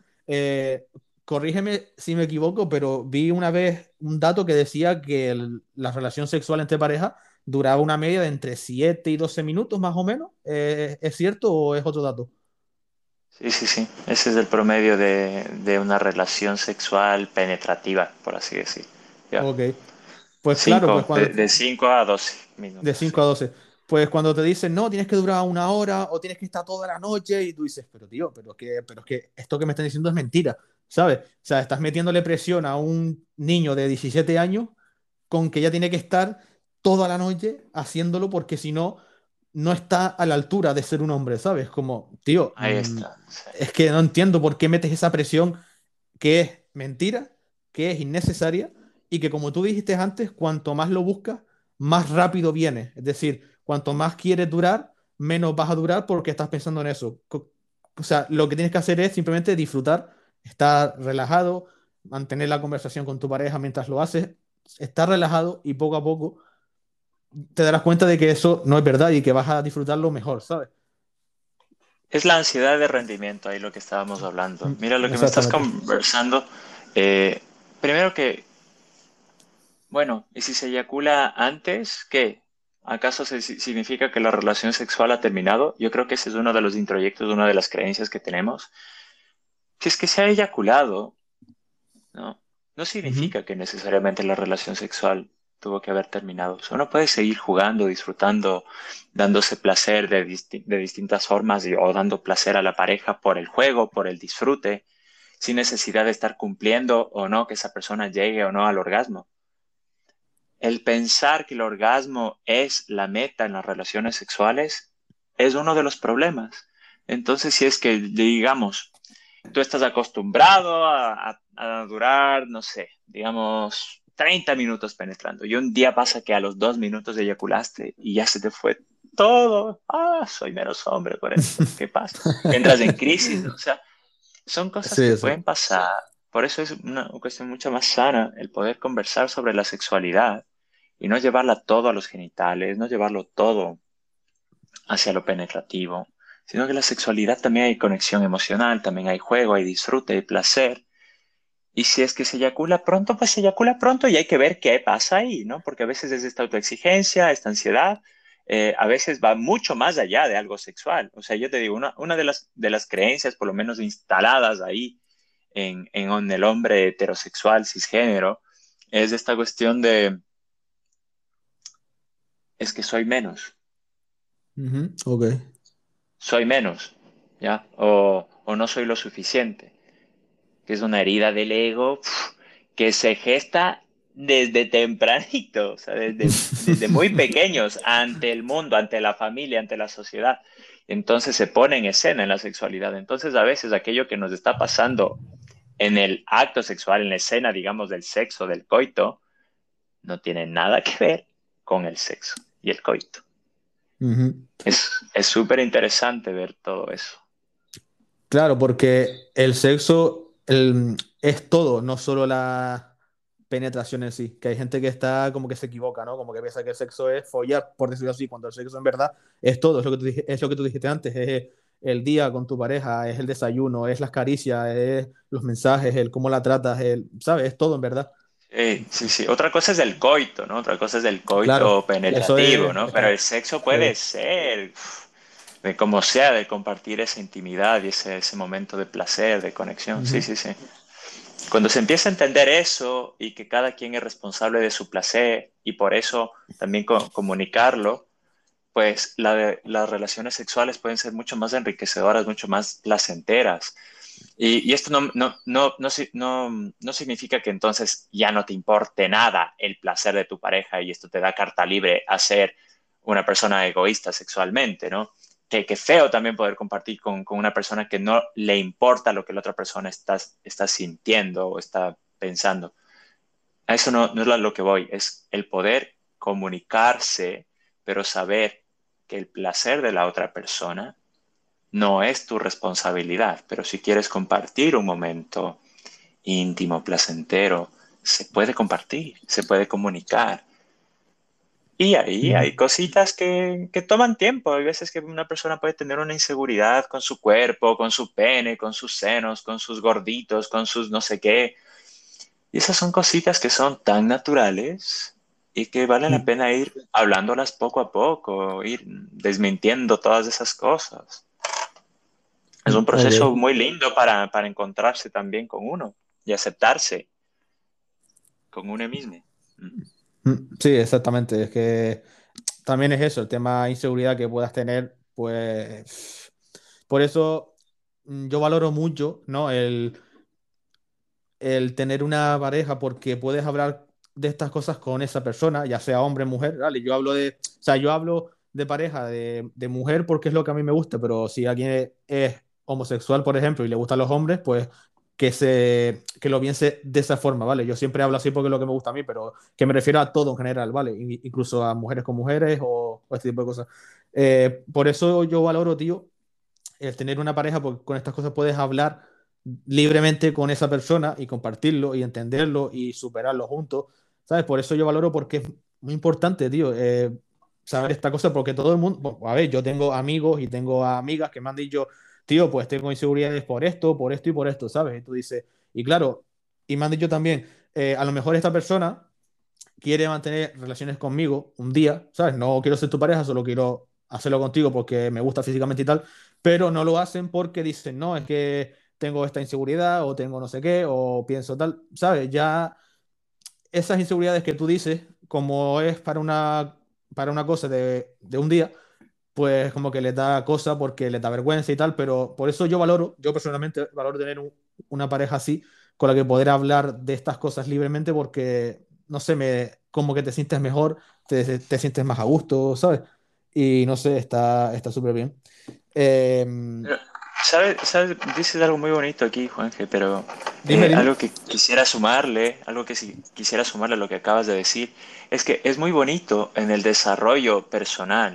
Corrígeme si me equivoco, pero vi una vez un dato que decía que la relación sexual entre parejas duraba una media de entre 7 y 12 minutos más o menos. ¿Es cierto o es otro dato? Sí, sí, sí. Ese es el promedio de una relación sexual penetrativa, por así decir. Ya. Ok. Pues claro, pues cuando, De 5 a 12 de minutos, 5 sí. a 12. Pues cuando te dicen, no, tienes que durar una hora o tienes que estar toda la noche y tú dices, pero tío, pero es que esto que me están diciendo es mentira, ¿sabes? O sea, estás metiéndole presión a un niño de 17 años con que ya tiene que estar toda la noche haciéndolo porque si no, no está a la altura de ser un hombre, ¿sabes? Como, tío, Ahí está. Sí. es que no entiendo por qué metes esa presión que es mentira, que es innecesaria y que como tú dijiste antes, cuanto más lo buscas, más rápido viene. Es decir, cuanto más quieres durar, menos vas a durar porque estás pensando en eso. O sea, lo que tienes que hacer es simplemente disfrutar, estar relajado, mantener la conversación con tu pareja mientras lo haces, estar relajado y poco a poco te darás cuenta de que eso no es verdad y que vas a disfrutarlo mejor, ¿sabes? Es la ansiedad de rendimiento, ahí lo que estábamos hablando. Mira lo que me estás Exactamente. conversando. eh, Primero que, bueno, ¿y si se eyacula antes, qué? ¿Acaso significa que la relación sexual ha terminado? Yo creo que ese es uno de los introyectos, una de las creencias que tenemos. Si es que se ha eyaculado, ¿no? No Ujú. significa que necesariamente la relación sexual tuvo que haber terminado. O sea, uno puede seguir jugando, disfrutando, dándose placer de distintas formas o dando placer a la pareja por el juego, por el disfrute, sin necesidad de estar cumpliendo o no que esa persona llegue o no al orgasmo. El pensar que el orgasmo es la meta en las relaciones sexuales es uno de los problemas. Entonces, si es que, digamos, tú estás acostumbrado a durar, no sé, digamos, 30 minutos penetrando y un día pasa que a los 2 minutos eyaculaste y ya se te fue. todo. Ah, soy menos hombre por esto. ¿Qué pasa? Entras en crisis, ¿no? O sea, son cosas que Sí, sí. pueden pasar. Por eso es una cuestión mucho más sana el poder conversar sobre la sexualidad y no llevarla todo a los genitales, no llevarlo todo hacia lo penetrativo, sino que la sexualidad también hay conexión emocional, también hay juego, hay disfrute, hay placer. Y si es que se eyacula pronto, pues se eyacula pronto y hay que ver qué pasa ahí, ¿no? Porque a veces es esta autoexigencia, esta ansiedad, a veces va mucho más allá de algo sexual. O sea, yo te digo, una de las creencias, por lo menos instaladas ahí en el hombre heterosexual, cisgénero, es esta cuestión de, es que Ujú, ok. soy menos, ¿ya? O no soy lo suficiente, que es una herida del ego que se gesta desde tempranito, o sea, desde muy pequeños, ante el mundo, ante la familia, ante la sociedad. Entonces se pone en escena en la sexualidad. Entonces a veces aquello que nos está pasando en el acto sexual, en la escena, digamos, del sexo, del coito, no tiene nada que ver con el sexo y el coito. Ujú. Es súper interesante ver todo eso. Claro, porque el sexo es todo, no solo la penetración en sí. Que hay gente que está como que se equivoca, ¿no? Como que piensa que el sexo es follar, por decirlo así, cuando el sexo en verdad es todo, es lo que es lo que tú dijiste antes, es el día con tu pareja, es el desayuno, es las caricias, es los mensajes, el cómo la tratas, ¿sabes? Es todo en verdad. Sí, sí. Otra cosa es el coito, ¿no? Otra cosa es el Claro, coito eso penetrativo, es, ¿no? Pero el sexo puede sí. ser de como sea, de compartir esa intimidad y ese momento de placer, de conexión. Sí, Ujú. sí, sí. Cuando se empieza a entender eso y que cada quien es responsable de su placer y por eso también comunicarlo, pues las relaciones sexuales pueden ser mucho más enriquecedoras, mucho más placenteras. Y esto no significa que entonces ya no te importe nada el placer de tu pareja y esto te da carta libre a ser una persona egoísta sexualmente, ¿no? Que feo también poder compartir con una persona que no le importa lo que la otra persona está sintiendo o está pensando. A eso no es a lo que voy, es el poder comunicarse, pero saber que el placer de la otra persona no es tu responsabilidad, pero si quieres compartir un momento íntimo, placentero, se puede compartir, se puede comunicar. Y ahí Ujú. hay cositas que toman tiempo. Hay veces que una persona puede tener una inseguridad con su cuerpo, con su pene, con sus senos, con sus gorditos, con sus no sé qué. Y esas son cositas que son tan naturales y que vale la Mm, pena ir hablándolas poco a poco, ir desmintiendo todas esas cosas. Es un ok. proceso muy lindo para encontrarse también con uno y aceptarse con uno mismo. Mm. Sí, exactamente. Es que también es eso, el tema de inseguridad que puedas tener, pues por eso yo valoro mucho, ¿no? El tener una pareja porque puedes hablar de estas cosas con esa persona, ya sea hombre o mujer, ¿vale? O sea, yo hablo de pareja de mujer porque es lo que a mí me gusta, pero si alguien es homosexual, por ejemplo, y le gustan los hombres, pues que lo piense de esa forma, ¿vale? Yo siempre hablo así porque es lo que me gusta a mí, pero que me refiero a todo en general, ¿vale? Incluso a mujeres con mujeres o este tipo de cosas. Por eso yo valoro, tío, el tener una pareja, porque con estas cosas puedes hablar libremente con esa persona y compartirlo y entenderlo y superarlo juntos, ¿sabes? Por eso yo valoro porque es muy importante, tío, saber esta cosa, porque todo el mundo, bueno, a ver, yo tengo amigos y tengo amigas que me han dicho, tío, pues tengo inseguridades por esto y por esto, ¿sabes? Y tú dices, y claro, y me han dicho también, a lo mejor esta persona quiere mantener relaciones conmigo un día, ¿sabes? No quiero ser tu pareja, solo quiero hacerlo contigo porque me gusta físicamente y tal, pero no lo hacen porque dicen, no, es que tengo esta inseguridad o tengo no sé qué o pienso tal, ¿sabes? Ya esas inseguridades que tú dices, como es para una cosa de un día, pues como que les da cosa porque les da vergüenza y tal, pero por eso yo personalmente valoro tener una pareja así con la que poder hablar de estas cosas libremente porque, no sé, como que te sientes mejor, te sientes más a gusto, ¿sabes? Y no sé, está súper bien. Eh, Pero, ¿sabes? Dices algo muy bonito aquí, Juanje, pero dime. algo que quisiera sumarle, algo que sí quisiera sumarle a lo que acabas de decir, es que es muy bonito en el desarrollo personal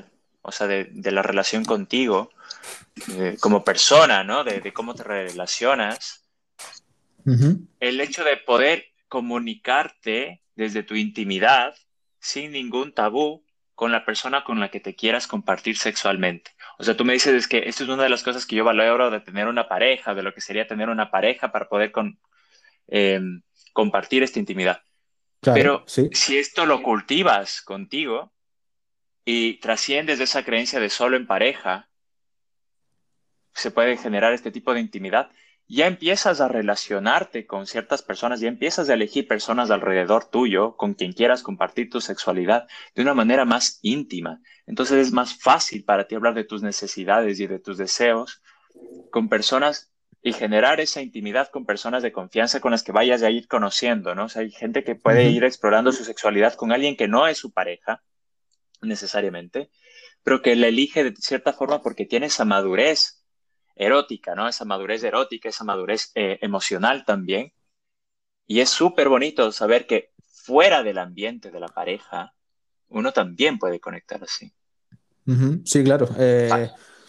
o sea, de la relación contigo, como persona, ¿no? De cómo te relacionas, Ujú, el hecho de poder comunicarte desde tu intimidad sin ningún tabú con la persona con la que te quieras compartir sexualmente. O sea, tú me dices es que esto es una de las cosas que yo valoro de tener una pareja, de lo que sería tener una pareja para poder eh, compartir esta intimidad. claro, Pero sí. si esto lo cultivas contigo y trasciendes de esa creencia de solo en pareja, se puede generar este tipo de intimidad, ya empiezas a relacionarte con ciertas personas, ya empiezas a elegir personas alrededor tuyo con quien quieras compartir tu sexualidad de una manera más íntima. Entonces es más fácil para ti hablar de tus necesidades y de tus deseos con personas y generar esa intimidad con personas de confianza con las que vayas a ir conociendo, ¿no? O sea, hay gente que puede ir Ujú, explorando su sexualidad con alguien que no es su pareja necesariamente, pero que la elige de cierta forma porque tiene esa madurez erótica, ¿no? Esa madurez erótica, esa madurez emocional también. Y es súper bonito saber que fuera del ambiente de la pareja, uno también puede conectar así. ujú, sí, claro. Ah,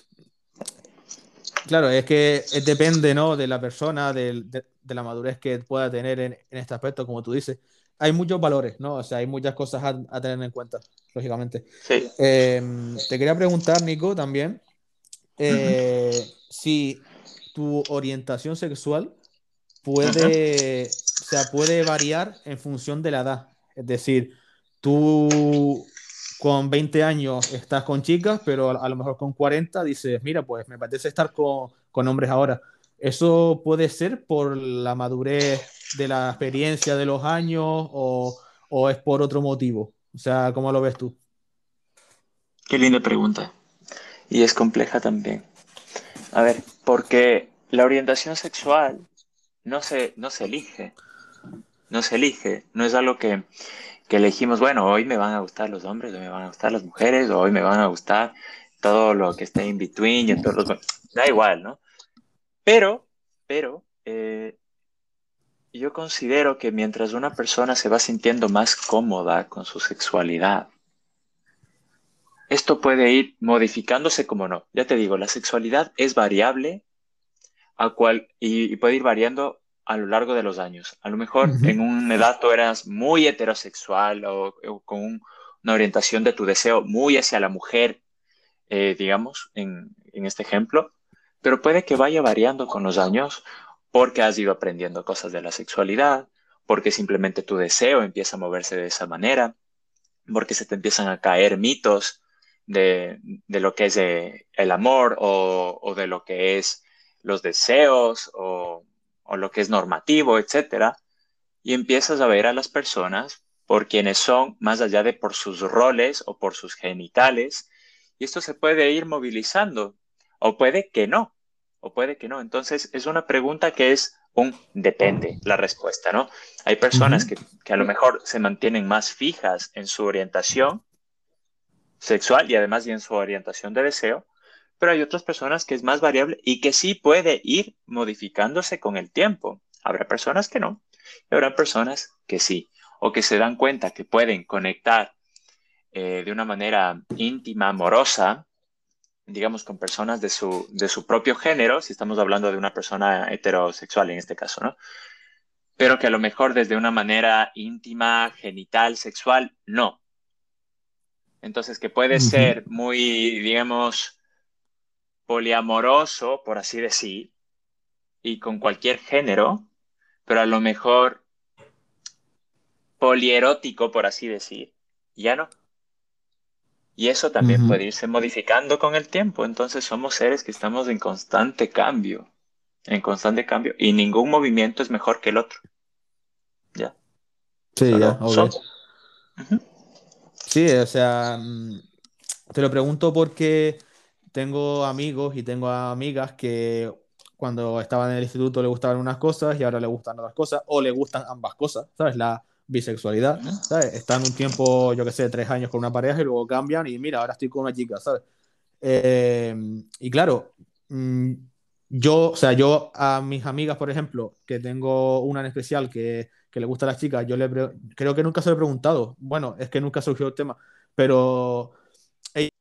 Claro, es que depende, ¿no? De la persona, de la madurez que pueda tener en este aspecto, como tú dices. Hay muchos valores, ¿no? O sea, hay muchas cosas a tener en cuenta, lógicamente. sí. Eh, Te quería preguntar, Nico, también, Ujú, si tu orientación sexual ujú. o sea, puede variar en función de la edad. Es decir, tú con 20 años estás con chicas, pero a lo mejor con 40 dices, mira, pues me apetece estar con hombres ahora. ¿Eso puede ser por la madurez de la experiencia de los años o es por otro motivo? O sea, ¿cómo lo ves tú? Qué linda pregunta. Y es compleja también. A ver, porque la orientación sexual no se elige, no se elige, no es algo que elegimos, bueno, hoy me van a gustar los hombres, hoy me van a gustar las mujeres, o hoy me van a gustar todo lo que esté in between, y todos los... Da igual, ¿no? Pero, yo considero que mientras una persona se va sintiendo más cómoda con su sexualidad, esto puede ir modificándose como no. Ya te digo, la sexualidad es variable y puede ir variando a lo largo de los años. A lo mejor Ujú, en una edad tú eras muy heterosexual o con una orientación de tu deseo muy hacia la mujer, digamos, en este ejemplo, pero puede que vaya variando con los años porque has ido aprendiendo cosas de la sexualidad, porque simplemente tu deseo empieza a moverse de esa manera, porque se te empiezan a caer mitos de lo que es el amor o de lo que es los deseos o lo que es normativo, etcétera, y empiezas a ver a las personas por quienes son, más allá de por sus roles o por sus genitales, y esto se puede ir movilizando, o puede que no, o puede que no. Entonces, es una pregunta que es un depende la respuesta, ¿no? Hay personas ujú, que a lo mejor se mantienen más fijas en su orientación sexual y además y en su orientación de deseo, pero hay otras personas que es más variable y que sí puede ir modificándose con el tiempo. Habrá personas que no, y habrá personas que sí, o que se dan cuenta que pueden conectar de una manera íntima, amorosa, digamos, con personas de su propio género, si estamos hablando de una persona heterosexual en este caso, ¿no? Pero que a lo mejor desde una manera íntima, genital, sexual, no. Entonces, que puede ujú, ser muy, digamos, poliamoroso, por así decir, y con cualquier género, pero a lo mejor polierótico, por así decir, ya no. Y eso también ujú. puede irse modificando con el tiempo. Entonces somos seres que estamos en constante cambio, y ningún movimiento es mejor que el otro. Ya, Sí, ya, solo ok. somos. Ujú, Sí, o sea, te lo pregunto porque tengo amigos y tengo amigas que cuando estaban en el instituto le gustaban unas cosas y ahora le gustan otras cosas, o le gustan ambas cosas, ¿sabes? La bisexualidad, ujú. ¿sabes? Están un tiempo, yo qué sé, 3 años con una pareja y luego cambian y mira, ahora estoy con una chica, ¿sabes? Eh, y claro, mm, o sea, yo a mis amigas, por ejemplo, que tengo una en especial que le gusta a las chicas, creo que nunca se lo he preguntado. Bueno, es que nunca surgió el tema, pero ella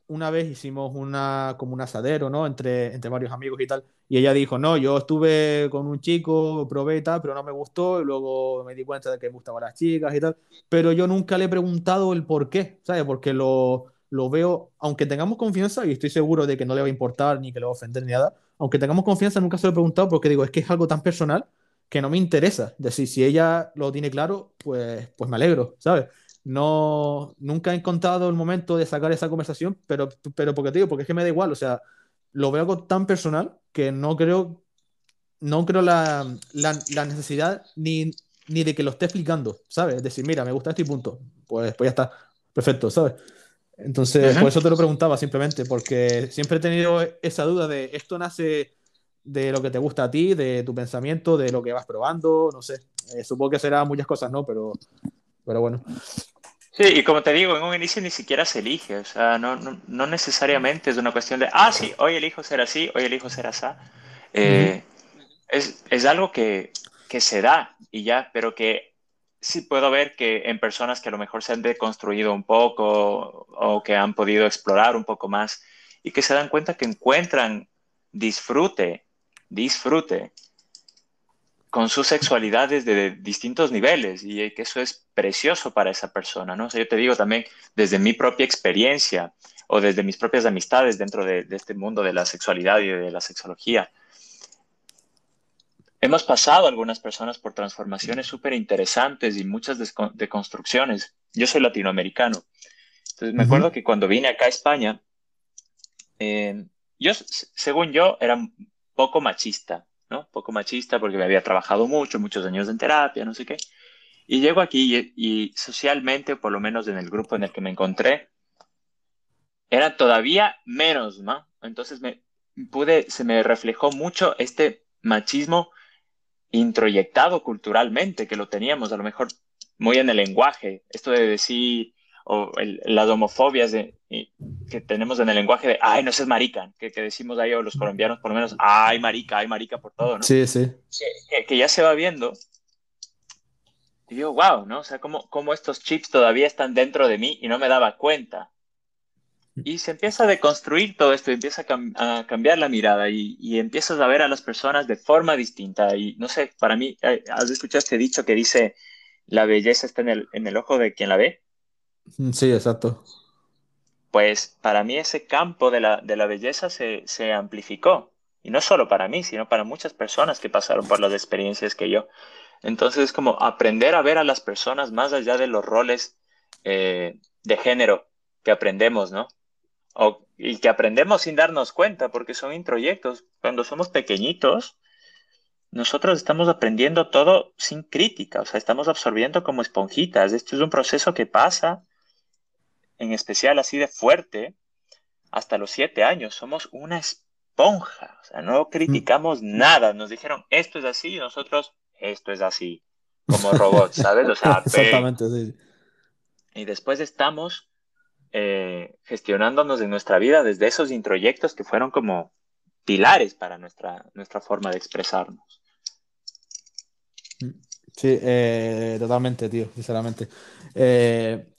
una vez hicimos como un asadero, ¿no? Entre varios amigos y tal. Y ella dijo, no, yo estuve con un chico, probé y tal, pero no me gustó. Y luego me di cuenta de que me gustaban las chicas y tal. Pero yo nunca le he preguntado el por qué, ¿sabes? Porque lo veo, aunque tengamos confianza, y estoy seguro de que no le va a importar ni que le va a ofender ni nada, aunque tengamos confianza, nunca se lo he preguntado porque digo, es que es algo tan personal que no me interesa. Es decir, si ella lo tiene claro, pues me alegro, ¿sabes? No, nunca he encontrado el momento de sacar esa conversación, pero porque te digo, porque es que me da igual, o sea, lo veo algo tan personal que no creo la necesidad ni de que lo esté explicando, ¿sabes? Es decir, mira, me gusta este y punto. Pues ya está, perfecto, ¿sabes? Entonces, por Ujú. eso te lo preguntaba simplemente, porque siempre he tenido esa duda de esto nace de lo que te gusta a ti, de tu pensamiento, de lo que vas probando, no sé. Supongo que será muchas cosas, ¿no? Pero bueno. Sí, y como te digo, en un inicio ni siquiera se elige, o sea, no necesariamente es una cuestión de, ah, sí, hoy elijo ser así, hoy elijo ser así. Ujú. Eh, es algo que se da y ya, pero que sí puedo ver que en personas que a lo mejor se han deconstruido un poco o que han podido explorar un poco más y que se dan cuenta que encuentran disfrute, disfrute con sus sexualidades de distintos niveles y que eso es precioso para esa persona, ¿no? O sea, yo te digo también desde mi propia experiencia o desde mis propias amistades dentro de este mundo de la sexualidad y de la sexología. Hemos pasado algunas personas por transformaciones súper interesantes y muchas deconstrucciones. Yo soy latinoamericano. Entonces me Ujú. acuerdo que cuando vine acá a España, eh, según yo, era un poco machista, ¿no? Poco machista porque me había trabajado mucho, muchos años en terapia, no sé qué. Y llego aquí y socialmente, por lo menos en el grupo en el que me encontré, era todavía menos, ¿no? Entonces se me reflejó mucho este machismo introyectado culturalmente, que lo teníamos a lo mejor muy en el lenguaje, esto de decir, o las homofobias que tenemos en el lenguaje de, ay, no seas marica, que decimos ahí, o los colombianos por lo menos, ay, marica por todo, ¿no? Sí, sí. Sí. Que ya se va viendo. Y digo, wow, ¿no? O sea, cómo estos chips todavía están dentro de mí y no me daba cuenta. Y se empieza a deconstruir todo esto, y empieza a cambiar la mirada y empiezas a ver a las personas de forma distinta. Y no sé, para mí, ¿has escuchado este dicho que dice, la belleza está en el ojo de quien la ve? Sí, exacto. Pues para mí ese campo de la belleza se amplificó. Y no solo para mí, sino para muchas personas que pasaron por las experiencias que yo. Entonces es como aprender a ver a las personas más allá de los roles de género que aprendemos, ¿no? Y que aprendemos sin darnos cuenta, porque son introyectos. Cuando somos pequeñitos, nosotros estamos aprendiendo todo sin crítica, o sea, estamos absorbiendo como esponjitas. Esto es un proceso que pasa, en especial así de fuerte, hasta los 7 años. Somos una esponja, o sea, no Mm. criticamos nada. Nos dijeron, esto es así, y nosotros, esto es así, como robots, ¿sabes? O sea, ven. Exactamente, sí. Y después estamos gestionándonos en nuestra vida desde esos introyectos que fueron como pilares para nuestra forma de expresarnos. Mm. Sí, totalmente, tío, sinceramente. Eh,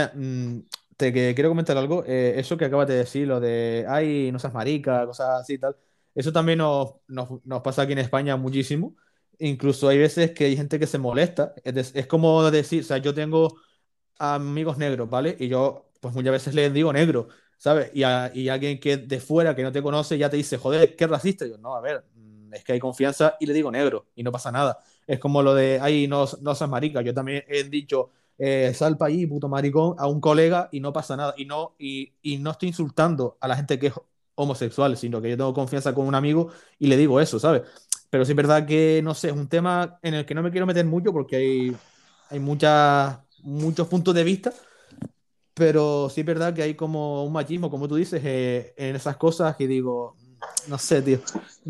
te quiero comentar algo. Eso que acabas de decir, lo de, ay, no seas marica, cosas así y tal. Eso también nos pasa aquí en España muchísimo. Incluso hay veces que hay gente que se molesta. Es como decir, o sea, yo tengo amigos negros, ¿vale? Y yo, pues muchas veces les digo negro, ¿sabes? Y alguien que de fuera, que no te conoce, ya te dice, joder, qué racista. Y yo, no, a ver, es que hay confianza y le digo negro y no pasa nada. Es como lo de, ay, no seas marica. Yo también he dicho, sal pa' ahí, puto maricón, a un colega y no pasa nada. Y no estoy insultando a la gente que es homosexual, sino que yo tengo confianza con un amigo y le digo eso, ¿sabes? Pero sí es verdad que, no sé, es un tema en el que no me quiero meter mucho porque hay muchos puntos de vista, pero sí es verdad que hay como un machismo, como tú dices, en esas cosas que digo, no sé, tío,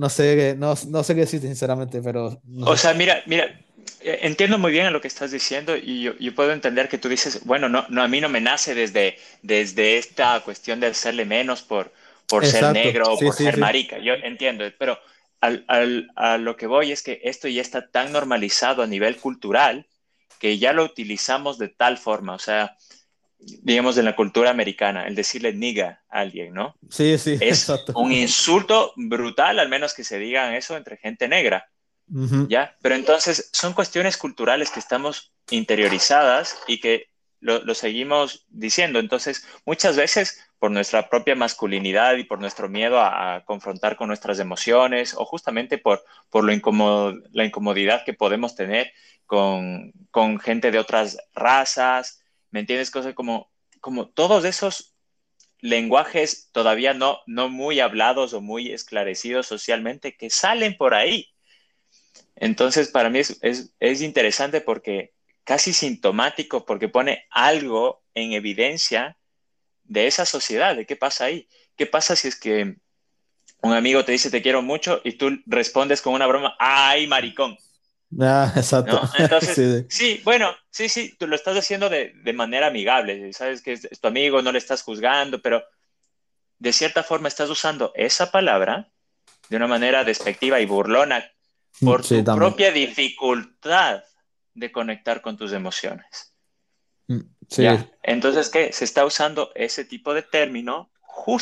no sé qué decir sinceramente, pero no O sé. sea, mira, entiendo muy bien lo que estás diciendo y yo puedo entender que tú dices, bueno, a mí no me nace desde esta cuestión de hacerle menos por ser Exacto, negro o sí, por sí, ser sí. marica. Yo entiendo, pero a lo que voy es que esto ya está tan normalizado a nivel cultural que ya lo utilizamos de tal forma. O sea, digamos, en la cultura americana, el decirle nigga a alguien, ¿no? Sí, sí, Es exacto. un insulto brutal, al menos que se digan eso entre gente negra, Ujú. ¿ya? Pero entonces son cuestiones culturales que estamos interiorizadas y que lo seguimos diciendo. Entonces, muchas veces por nuestra propia masculinidad y por nuestro miedo a confrontar con nuestras emociones o justamente por la incomodidad que podemos tener con gente de otras razas, ¿me entiendes? Cosas como todos esos lenguajes todavía no muy hablados o muy esclarecidos socialmente que salen por ahí. Entonces, para mí es interesante porque casi sintomático, porque pone algo en evidencia de esa sociedad, de qué pasa ahí. ¿Qué pasa si es que un amigo te dice te quiero mucho y tú respondes con una broma, ay, maricón, Ah, exacto. ¿no? Entonces, Sí, sí. sí, bueno, sí, sí, tú lo estás haciendo de manera amigable, sabes que es tu amigo, no le estás juzgando, pero de cierta forma estás usando esa palabra de una manera despectiva y burlona por Sí, tu también. propia dificultad de conectar con tus emociones. Sí. ¿Ya? Entonces, ¿qué? Se está usando ese tipo de término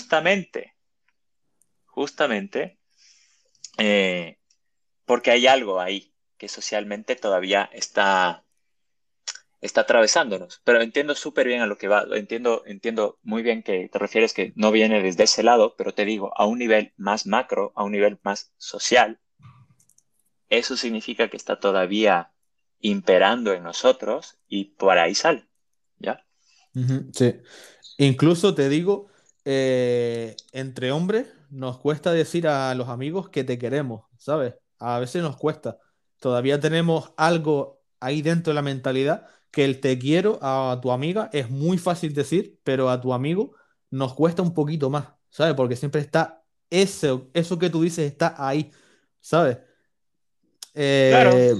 justamente, eh, porque hay algo ahí que socialmente todavía está atravesándonos. Pero entiendo súper bien a lo que va, entiendo muy bien que te refieres que no viene desde ese lado, pero te digo, a un nivel más macro, a un nivel más social, eso significa que está todavía imperando en nosotros y por ahí sale, ¿ya? Ujú, sí. Incluso te digo, entre hombres nos cuesta decir a los amigos que te queremos, ¿sabes? A veces nos cuesta. Todavía tenemos algo ahí dentro de la mentalidad que el te quiero a tu amiga es muy fácil decir, pero a tu amigo nos cuesta un poquito más, ¿sabes? Porque siempre está eso que tú dices está ahí, ¿sabes? Claro, Eh,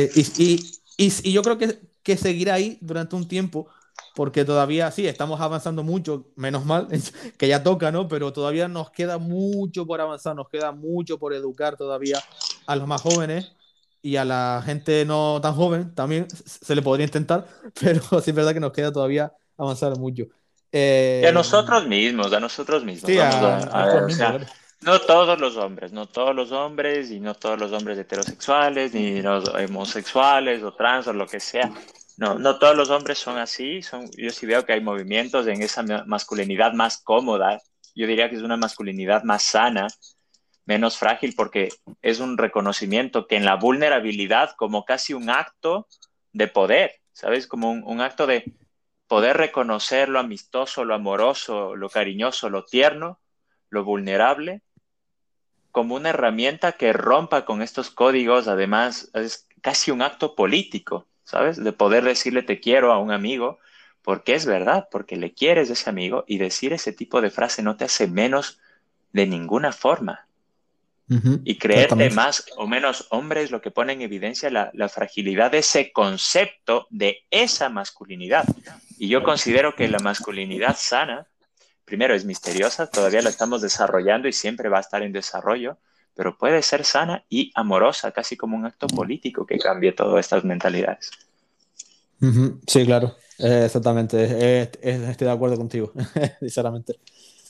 y yo creo que seguirá ahí durante un tiempo, porque todavía sí, estamos avanzando mucho, menos mal, que ya toca, ¿no? Pero todavía nos queda mucho por avanzar, nos queda mucho por educar todavía a los más jóvenes y a la gente no tan joven también se le podría intentar, pero sí es verdad que nos queda todavía avanzar mucho. y Eh, a nosotros mismos, sí, vamos a nosotros o mismos, sea, claro. no todos los hombres y no todos los hombres heterosexuales, ni los homosexuales o trans o lo que sea. No, no todos los hombres son así, yo sí veo que hay movimientos en esa masculinidad más cómoda, yo diría que es una masculinidad más sana, menos frágil, porque es un reconocimiento que en la vulnerabilidad, como casi un acto de poder, ¿sabes? Como un acto de poder reconocer lo amistoso, lo amoroso, lo cariñoso, lo tierno, lo vulnerable, como una herramienta que rompa con estos códigos. Además, es casi un acto político, ¿sabes? De poder decirle te quiero a un amigo, porque es verdad, porque le quieres a ese amigo y decir ese tipo de frase no te hace menos de ninguna forma. Ujú, Y creerte exactamente. más o menos hombre es lo que pone en evidencia la fragilidad de ese concepto, de esa masculinidad. Y yo considero que la masculinidad sana, primero es misteriosa, todavía la estamos desarrollando y siempre va a estar en desarrollo, pero puede ser sana y amorosa, casi como un acto político que cambie todas estas mentalidades. Ujú, sí, claro, exactamente. Estoy de acuerdo contigo, sinceramente.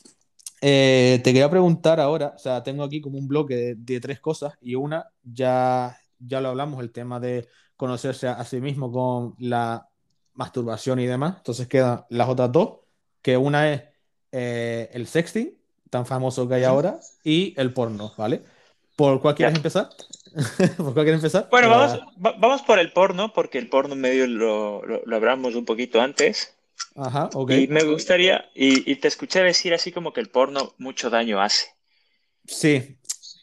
Te quería preguntar ahora, o sea, tengo aquí como un bloque de tres cosas y una ya lo hablamos, el tema de conocerse a sí mismo con la masturbación y demás. Entonces quedan las otras dos, que una es el sexting, tan famoso que hay Ujú. ahora, y el porno, ¿vale? ¿Por cuál quieres Ya. empezar? ¿Por cuál quieres empezar? Bueno, vamos por el porno, porque el porno medio lo hablamos un poquito antes. Ajá, ok. Y me gustaría, y te escuché decir así como que el porno mucho daño hace. Sí,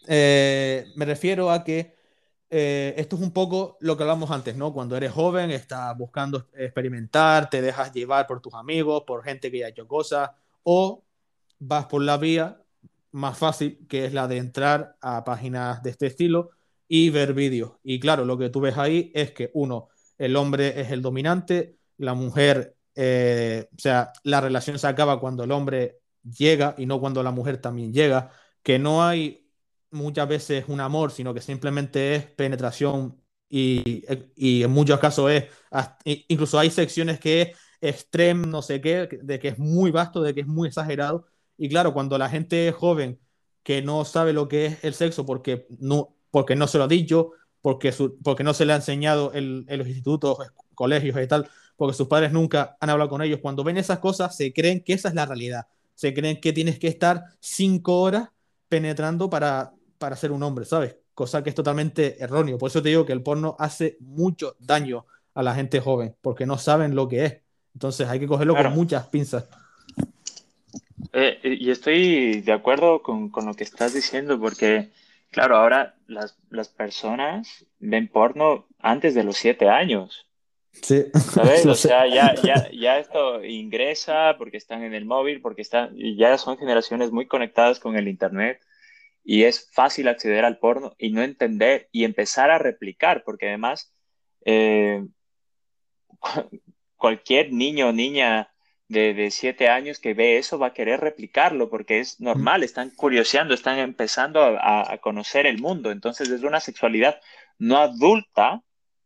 me refiero a que esto es un poco lo que hablamos antes, ¿no? Cuando eres joven, estás buscando experimentar, te dejas llevar por tus amigos, por gente que ya ha hecho cosas, o vas por la vía más fácil, que es la de entrar a páginas de este estilo y ver vídeos. Y claro, lo que tú ves ahí es que uno, el hombre es el dominante, la mujer, o sea, la relación se acaba cuando el hombre llega y no cuando la mujer también llega, que no hay muchas veces un amor, sino que simplemente es penetración y en muchos casos incluso hay secciones que es extreme, no sé qué, de que es muy vasto, de que es muy exagerado. Y claro, cuando la gente joven que no sabe lo que es el sexo porque no se lo ha dicho, porque no se le ha enseñado en los institutos, colegios y tal, porque sus padres nunca han hablado con ellos, cuando ven esas cosas se creen que esa es la realidad, se creen que tienes que estar 5 horas penetrando para ser un hombre, ¿sabes? Cosa que es totalmente erróneo. Por eso te digo que el porno hace mucho daño a la gente joven, porque no saben lo que es. Entonces hay que cogerlo con Claro. muchas pinzas. Y estoy de acuerdo con lo que estás diciendo, porque, claro, ahora las personas ven porno antes de los 7 años, Sí, ¿sabes? lo O sé. sea, ya esto ingresa porque están en el móvil, porque y ya son generaciones muy conectadas con el Internet y es fácil acceder al porno y no entender y empezar a replicar, porque además eh, cualquier niño o niña de 7 años que ve eso va a querer replicarlo porque es Mm. normal, están curioseando, están empezando a conocer el mundo. Entonces es una sexualidad no adulta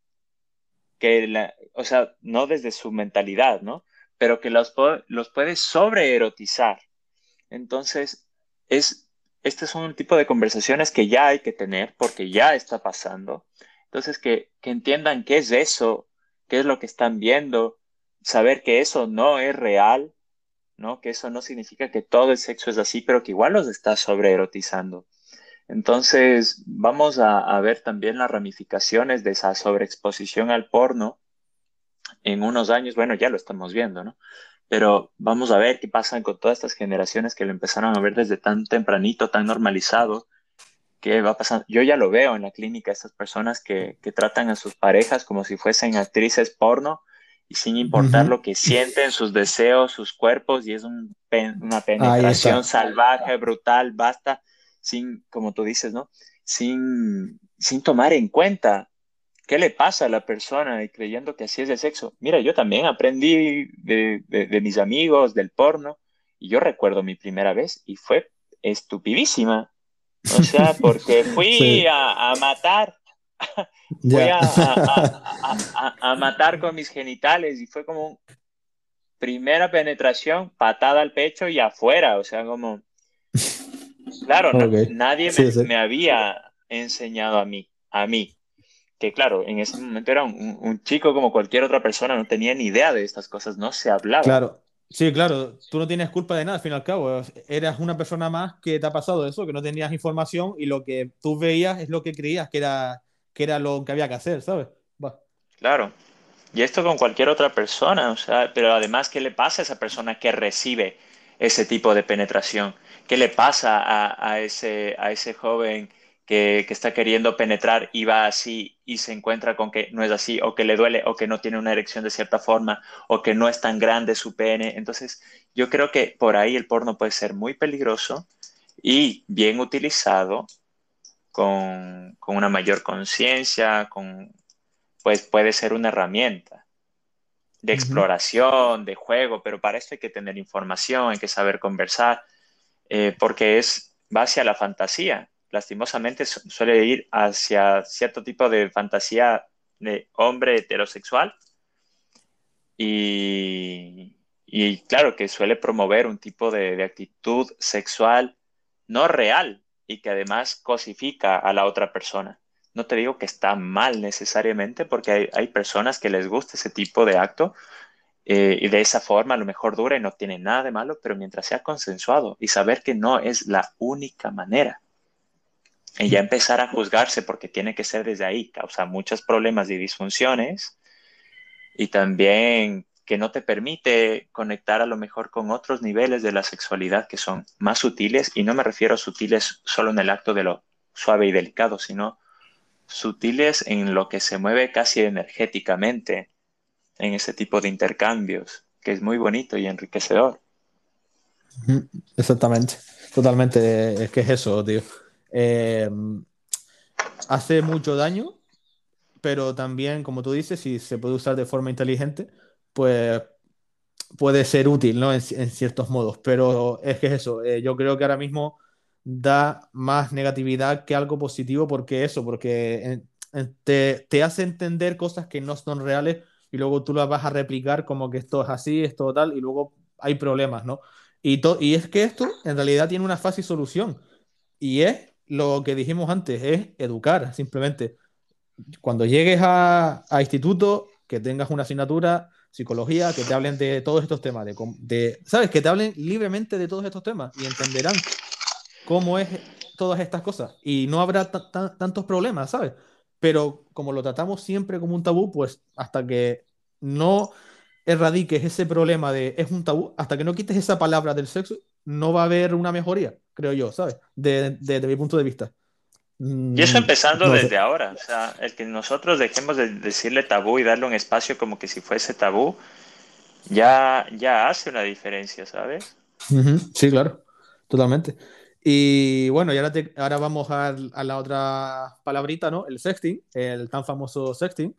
o sea, no desde su mentalidad, ¿no? Pero que los puede sobreerotizar. Entonces, es, este son un tipo de conversaciones que ya hay que tener porque ya está pasando. Entonces, que entiendan qué es eso, qué es lo que están viendo, saber que eso no es real, ¿no? Que eso no significa que todo el sexo es así, pero que igual los está sobreerotizando. Entonces, vamos a ver también las ramificaciones de esa sobreexposición al porno en unos años. Bueno, ya lo estamos viendo, ¿no? Pero vamos a ver qué pasa con todas estas generaciones que lo empezaron a ver desde tan tempranito, tan normalizado, qué va pasando. Yo ya lo veo en la clínica, estas personas que tratan a sus parejas como si fuesen actrices porno y sin importar Ujú. lo que sienten, sus deseos, sus cuerpos, y es una Ahí penetración está. salvaje, brutal, basta, sin, como tú dices, ¿no? Sin tomar en cuenta qué le pasa a la persona y creyendo que así es el sexo. Mira, yo también aprendí de mis amigos, del porno, y yo recuerdo mi primera vez y fue estupidísima. O sea, porque fui Sí, a matar, fui ya. a matar con mis genitales y fue como primera penetración, patada al pecho y afuera. O sea, como, claro, Ok. nadie Sí, sí. me había enseñado a mí, que claro, en ese momento era un chico como cualquier otra persona, no tenía ni idea de estas cosas, no se hablaba. Claro. Sí, claro. Tú no tienes culpa de nada, al fin y al cabo. Eras una persona más que te ha pasado eso, que no tenías información y lo que tú veías es lo que creías que era lo que había que hacer, ¿sabes? Va. Claro. Y esto con cualquier otra persona, o sea, pero además, ¿qué le pasa a esa persona que recibe ese tipo de penetración? ¿Qué le pasa a ese joven que está queriendo penetrar y va así y se encuentra con que no es así, o que le duele, o que no tiene una erección de cierta forma, o que no es tan grande su pene? Entonces, yo creo que por ahí el porno puede ser muy peligroso y bien utilizado con una mayor conciencia, pues puede ser una herramienta de Ujú. exploración, de juego, pero para esto hay que tener información, hay que saber conversar, porque va hacia la fantasía. Lastimosamente suele ir hacia cierto tipo de fantasía de hombre heterosexual y claro que suele promover un tipo de actitud sexual no real y que además cosifica a la otra persona. No te digo que está mal necesariamente porque hay personas que les gusta ese tipo de acto, y de esa forma a lo mejor dura y no tiene nada de malo, pero mientras sea consensuado y saber que no es la única manera. Y ya empezar a juzgarse porque tiene que ser desde ahí, causa muchos problemas y disfunciones y también que no te permite conectar a lo mejor con otros niveles de la sexualidad que son más sutiles, y no me refiero a sutiles solo en el acto de lo suave y delicado, sino sutiles en lo que se mueve casi energéticamente en ese tipo de intercambios, que es muy bonito y enriquecedor. Ujú. Exactamente. Totalmente. Es que es eso, tío. Eh, hace mucho daño, pero también, como tú dices, si se puede usar de forma inteligente, pues puede ser útil, ¿no? En ciertos modos. Pero es que es eso. Yo creo que ahora mismo da más negatividad que algo positivo porque te hace entender cosas que no son reales y luego tú las vas a replicar como que esto es así, esto tal, y luego hay problemas, ¿no? Y es que esto en realidad tiene una fácil solución, y es lo que dijimos antes, es educar, simplemente. Cuando llegues a instituto, que tengas una asignatura, psicología, que te hablen de todos estos temas, ¿sabes? Que te hablen libremente de todos estos temas y entenderán cómo es todas estas cosas y no habrá tantos problemas, ¿sabes? Pero como lo tratamos siempre como un tabú, pues hasta que no erradiques ese problema de es un tabú, hasta que no quites esa palabra del sexo, no va a haber una mejoría, creo yo, ¿sabes? De mi punto de vista. Y eso Mm, empezando no lo sé. desde ahora, o sea, el que nosotros dejemos de decirle tabú y darle un espacio como que si fuese tabú, ya hace una diferencia, ¿sabes? Ujú, sí, claro, totalmente. Y bueno, y ahora vamos a la otra palabrita, ¿no? El sexting, el tan famoso sexting.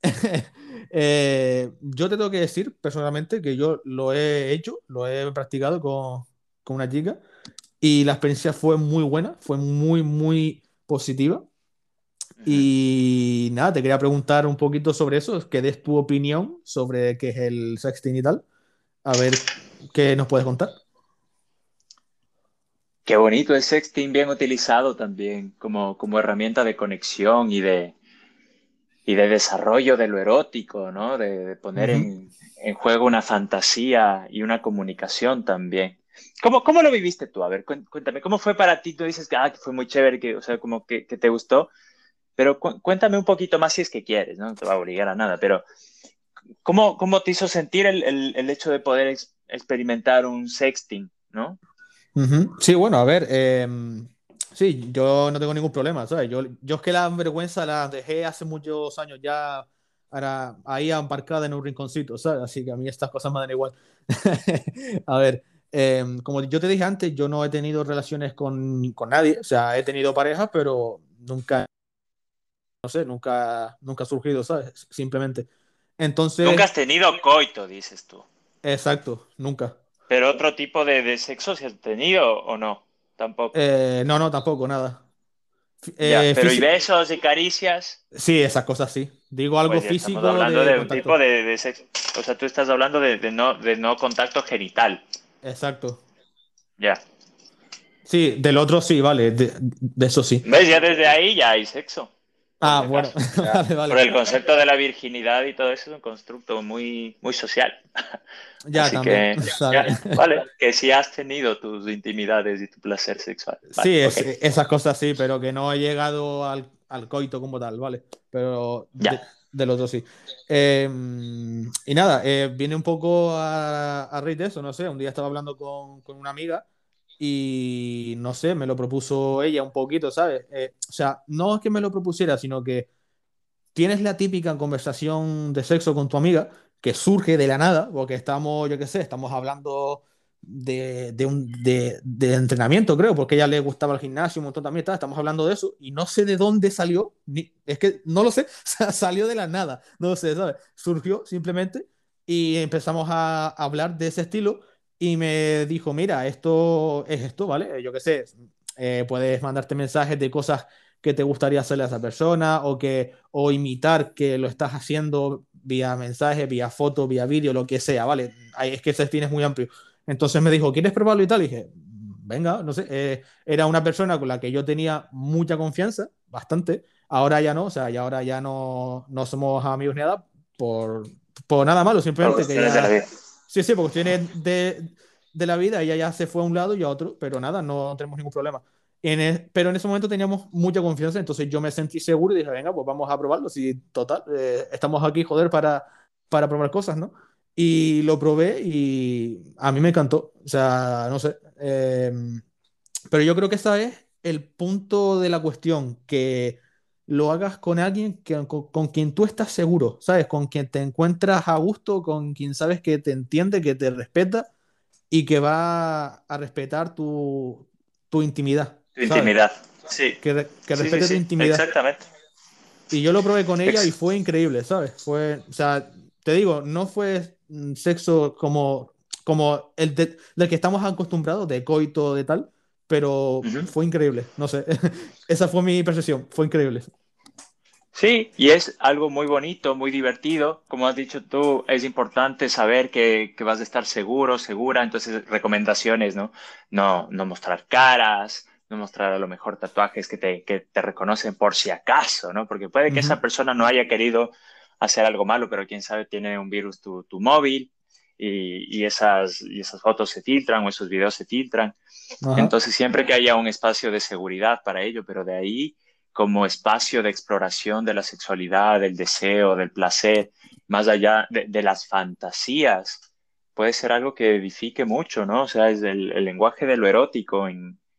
Yo te tengo que decir personalmente que yo lo he hecho, lo he practicado con una chica y la experiencia fue muy buena, fue muy, muy positiva. Ujú. Y nada, te quería preguntar un poquito sobre eso, que des tu opinión sobre qué es el sexting y tal, a ver qué nos puedes contar. Qué bonito el sexting bien utilizado también como herramienta de conexión y de desarrollo de lo erótico, ¿no? De poner Ujú. en juego una fantasía y una comunicación también. ¿Cómo lo viviste tú? A ver, cuéntame, ¿cómo fue para ti? Tú dices que fue muy chévere, o sea, como que te gustó, pero cuéntame un poquito más si es que quieres, ¿no? No te va a obligar a nada, pero ¿cómo te hizo sentir el hecho de poder experimentar un sexting, ¿no? Ujú. Sí, bueno, a ver, sí, yo no tengo ningún problema, ¿sabes? Yo es que la vergüenza la dejé hace muchos años ya ahora, ahí aparcada en un rinconcito, ¿sabes? Así que a mí estas cosas me dan igual. A ver, como yo te dije antes, yo no he tenido relaciones con nadie, o sea, he tenido parejas, pero nunca, no sé, nunca ha surgido, ¿sabes? Simplemente. Nunca Entonces, has tenido coito, dices tú. exacto, nunca. Pero otro tipo de sexo si has tenido o no, tampoco. No, no, tampoco, nada. Ya, Eh, pero ¿y fisi- besos y caricias? Sí, esas cosas sí. Digo algo Pues ya estamos físico hablando de de un tipo contacto. de sexo. O sea, tú estás hablando de no contacto genital. Exacto. Ya. Sí, del otro sí, vale. De eso sí. ¿Ves? Ya desde ahí ya hay sexo, por Ah, si bueno. acaso. O sea, Vale, por vale. el concepto de la virginidad y todo eso es un constructo muy, muy social. Ya Así también. que, ya, Vale. vale, que si has tenido tus intimidades y tu placer sexual. Vale, Sí, ok. esas cosas sí, pero que no he llegado al coito como tal, ¿vale? Pero Ya. del otro sí. Eh, y nada, viene un poco a raíz de eso, no sé. Un día estaba hablando con una amiga y no sé, me lo propuso ella un poquito, ¿sabes? O sea, no es que me lo propusiera, sino que tienes la típica conversación de sexo con tu amiga que surge de la nada, porque estamos, yo qué sé, estamos hablando de entrenamiento, creo, porque a ella le gustaba el gimnasio un montón también, estamos hablando de eso, y no sé de dónde salió, es que no lo sé, salió de la nada, no lo sé, ¿sabes? Surgió simplemente y empezamos a hablar de ese estilo y me dijo, mira, esto es esto, ¿vale? Yo qué sé, puedes mandarte mensajes de cosas que te gustaría hacerle a esa persona o imitar que lo estás haciendo vía mensaje, vía foto, vía vídeo, lo que sea, ¿vale? Es que ese destino es muy amplio. Entonces me dijo, ¿quieres probarlo y tal? Y dije, venga, no sé, era una persona con la que yo tenía mucha confianza, bastante, ahora ya no, o sea, y ahora ya no somos amigos ni nada por nada malo, Por simplemente que cuestiones de la ya, vida. sí, sí, por cuestiones de la vida, ella ya se fue a un lado y a otro, pero nada, no tenemos ningún problema. Pero en ese momento teníamos mucha confianza, entonces yo me sentí seguro y dije, venga, pues vamos a probarlo. Si total, estamos aquí, joder, para probar cosas, ¿no? Y lo probé y a mí me encantó. O sea, no sé. Pero yo creo que ese es el punto de la cuestión, que lo hagas con alguien con quien tú estás seguro, ¿sabes? Con quien te encuentras a gusto, con quien sabes que te entiende, que te respeta y que va a respetar tu intimidad, Tu ¿sabes? intimidad. Sí, Que sí, sí, respete tu sí, intimidad. exactamente. Y yo lo probé con ella y Ex- fue increíble, ¿sabes? O sea, te digo, no fue sexo como del que estamos acostumbrados, de coito, de tal, pero Ujú. fue increíble, no sé. Esa fue mi percepción, fue increíble. Sí, y es algo muy bonito, muy divertido. Como has dicho tú, es importante saber que vas a estar seguro, segura. Entonces, recomendaciones, ¿no? No mostrar caras, no mostrar a lo mejor tatuajes que te reconocen por si acaso, ¿no? Porque puede que esa Ujú. persona no haya querido hacer algo malo, pero quién sabe, tiene un virus tu móvil y esas fotos se filtran o esos videos se filtran. Ajá. Entonces, siempre que haya un espacio de seguridad para ello, pero de ahí como espacio de exploración de la sexualidad, del deseo, del placer, más allá de las fantasías, puede ser algo que edifique mucho, ¿no? O sea, es el lenguaje de lo erótico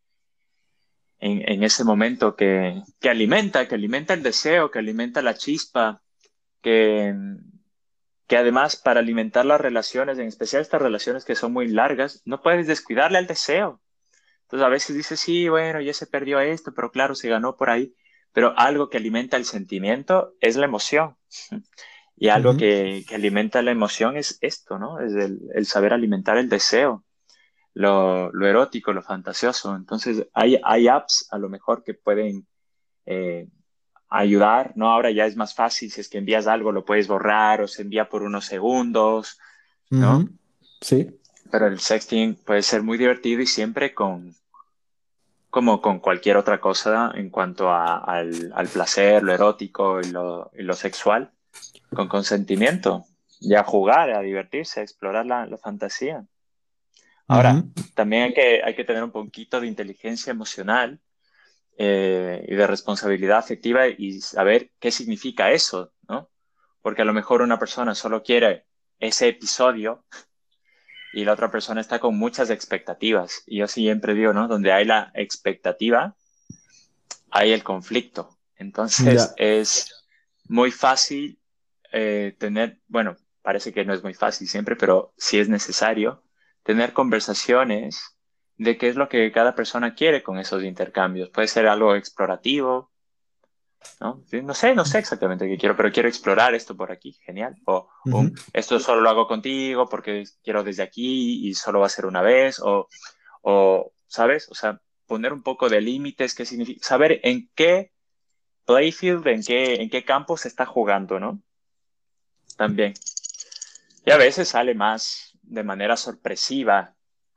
en ese momento que alimenta el deseo, que alimenta la chispa, que, que además para alimentar las relaciones, en especial estas relaciones que son muy largas, no puedes descuidarle al deseo. Entonces a veces dices, sí, bueno, ya se perdió esto, pero claro, se ganó por ahí. Pero algo que alimenta el sentimiento es la emoción. Y algo Ujú. que alimenta la emoción es esto, ¿no? Es el saber alimentar el deseo, lo erótico, lo fantasioso. Entonces hay apps a lo mejor que pueden eh, ayudar, ¿no? Ahora ya es más fácil, si es que envías algo, lo puedes borrar o se envía por unos segundos, ¿no? Ujú. Sí. Pero el sexting puede ser muy divertido y siempre como con cualquier otra cosa en cuanto al placer, lo erótico y lo sexual, con consentimiento, y a jugar, a divertirse, a explorar la fantasía. Ahora, Ujú. también hay que tener un poquito de inteligencia emocional y de responsabilidad afectiva y saber qué significa eso, ¿no? Porque a lo mejor una persona solo quiere ese episodio y la otra persona está con muchas expectativas. Y yo siempre digo, ¿no? Donde hay la expectativa, hay el conflicto. Entonces Ya. es muy fácil tener, bueno, parece que no es muy fácil siempre, pero sí es necesario tener conversaciones de qué es lo que cada persona quiere con esos intercambios. Puede ser algo explorativo, ¿no? Sí, no sé exactamente qué quiero, pero quiero explorar esto por aquí, genial. O Ujú. esto solo lo hago contigo porque quiero desde aquí y solo va a ser una vez, ¿sabes? O sea, poner un poco de límites, qué significa, saber en qué playfield, en qué campo se está jugando, ¿no? También. Y a veces sale más de manera sorpresiva,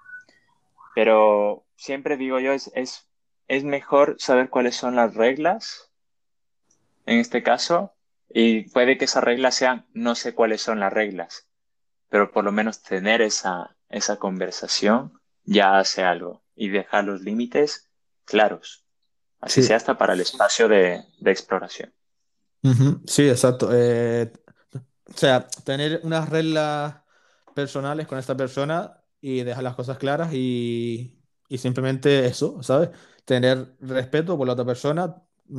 pero siempre digo yo, es mejor saber cuáles son las reglas en este caso, y puede que esas reglas sean, no sé cuáles son las reglas, pero por lo menos tener esa conversación ya hace algo y dejar los límites claros, así sea Sí. hasta para el espacio de exploración. Ujú. Sí, exacto. O sea, tener unas reglas personales con esta persona y dejar las cosas claras y simplemente eso, ¿sabes? Tener respeto por la otra persona,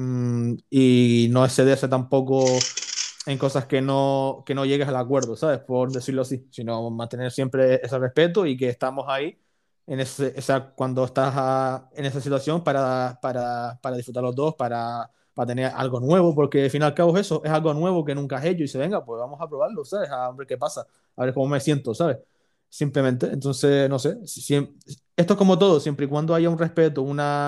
y no excederse tampoco en cosas que no llegues al acuerdo, ¿sabes? Por decirlo así, sino mantener siempre ese respeto y que estamos ahí cuando estás en esa situación para disfrutar los dos, para tener algo nuevo, porque al fin y al cabo eso es algo nuevo que nunca has hecho y dice, venga, pues vamos a probarlo, ¿sabes? A ver qué pasa, a ver cómo me siento, ¿sabes? Simplemente, entonces, no sé, esto es como todo, siempre y cuando haya un respeto,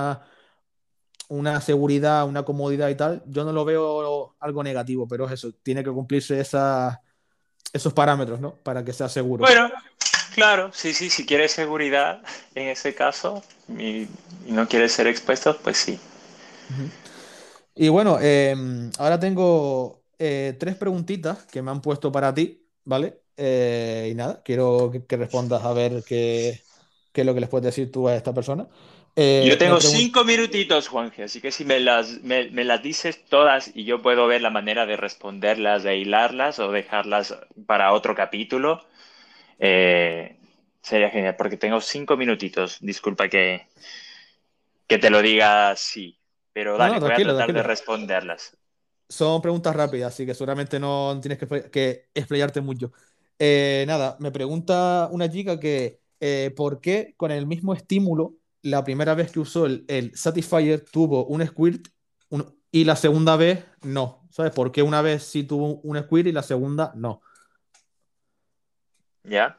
una seguridad, una comodidad y tal, yo no lo veo algo negativo, pero es eso, tiene que cumplirse esos parámetros, ¿no? Para que sea seguro. Bueno, claro, sí, si quieres seguridad en ese caso y no quieres ser expuesto, pues sí. Ujú. Y bueno, ahora tengo tres preguntitas que me han puesto para ti, ¿vale? Y nada, quiero que respondas a ver qué es lo que les puedes decir tú a esta persona. Yo Me tengo pregunto, 5 minutitos, Juanje, así que si me las dices todas y yo puedo ver la manera de responderlas, de hilarlas o dejarlas para otro capítulo, eh, sería genial, porque tengo 5 minutitos. Disculpa que te lo diga así, pero no, no, dale, voy a tranquilo, tratar de tranquilo. responderlas. Son preguntas rápidas, así que seguramente no tienes que explayarte mucho. Nada, me pregunta una chica que ¿por qué con el mismo estímulo la primera vez que usó el Satisfyer tuvo un squirt y la segunda vez no? ¿Sabes? ¿Por qué una vez sí tuvo un squirt y la segunda no? ¿Ya?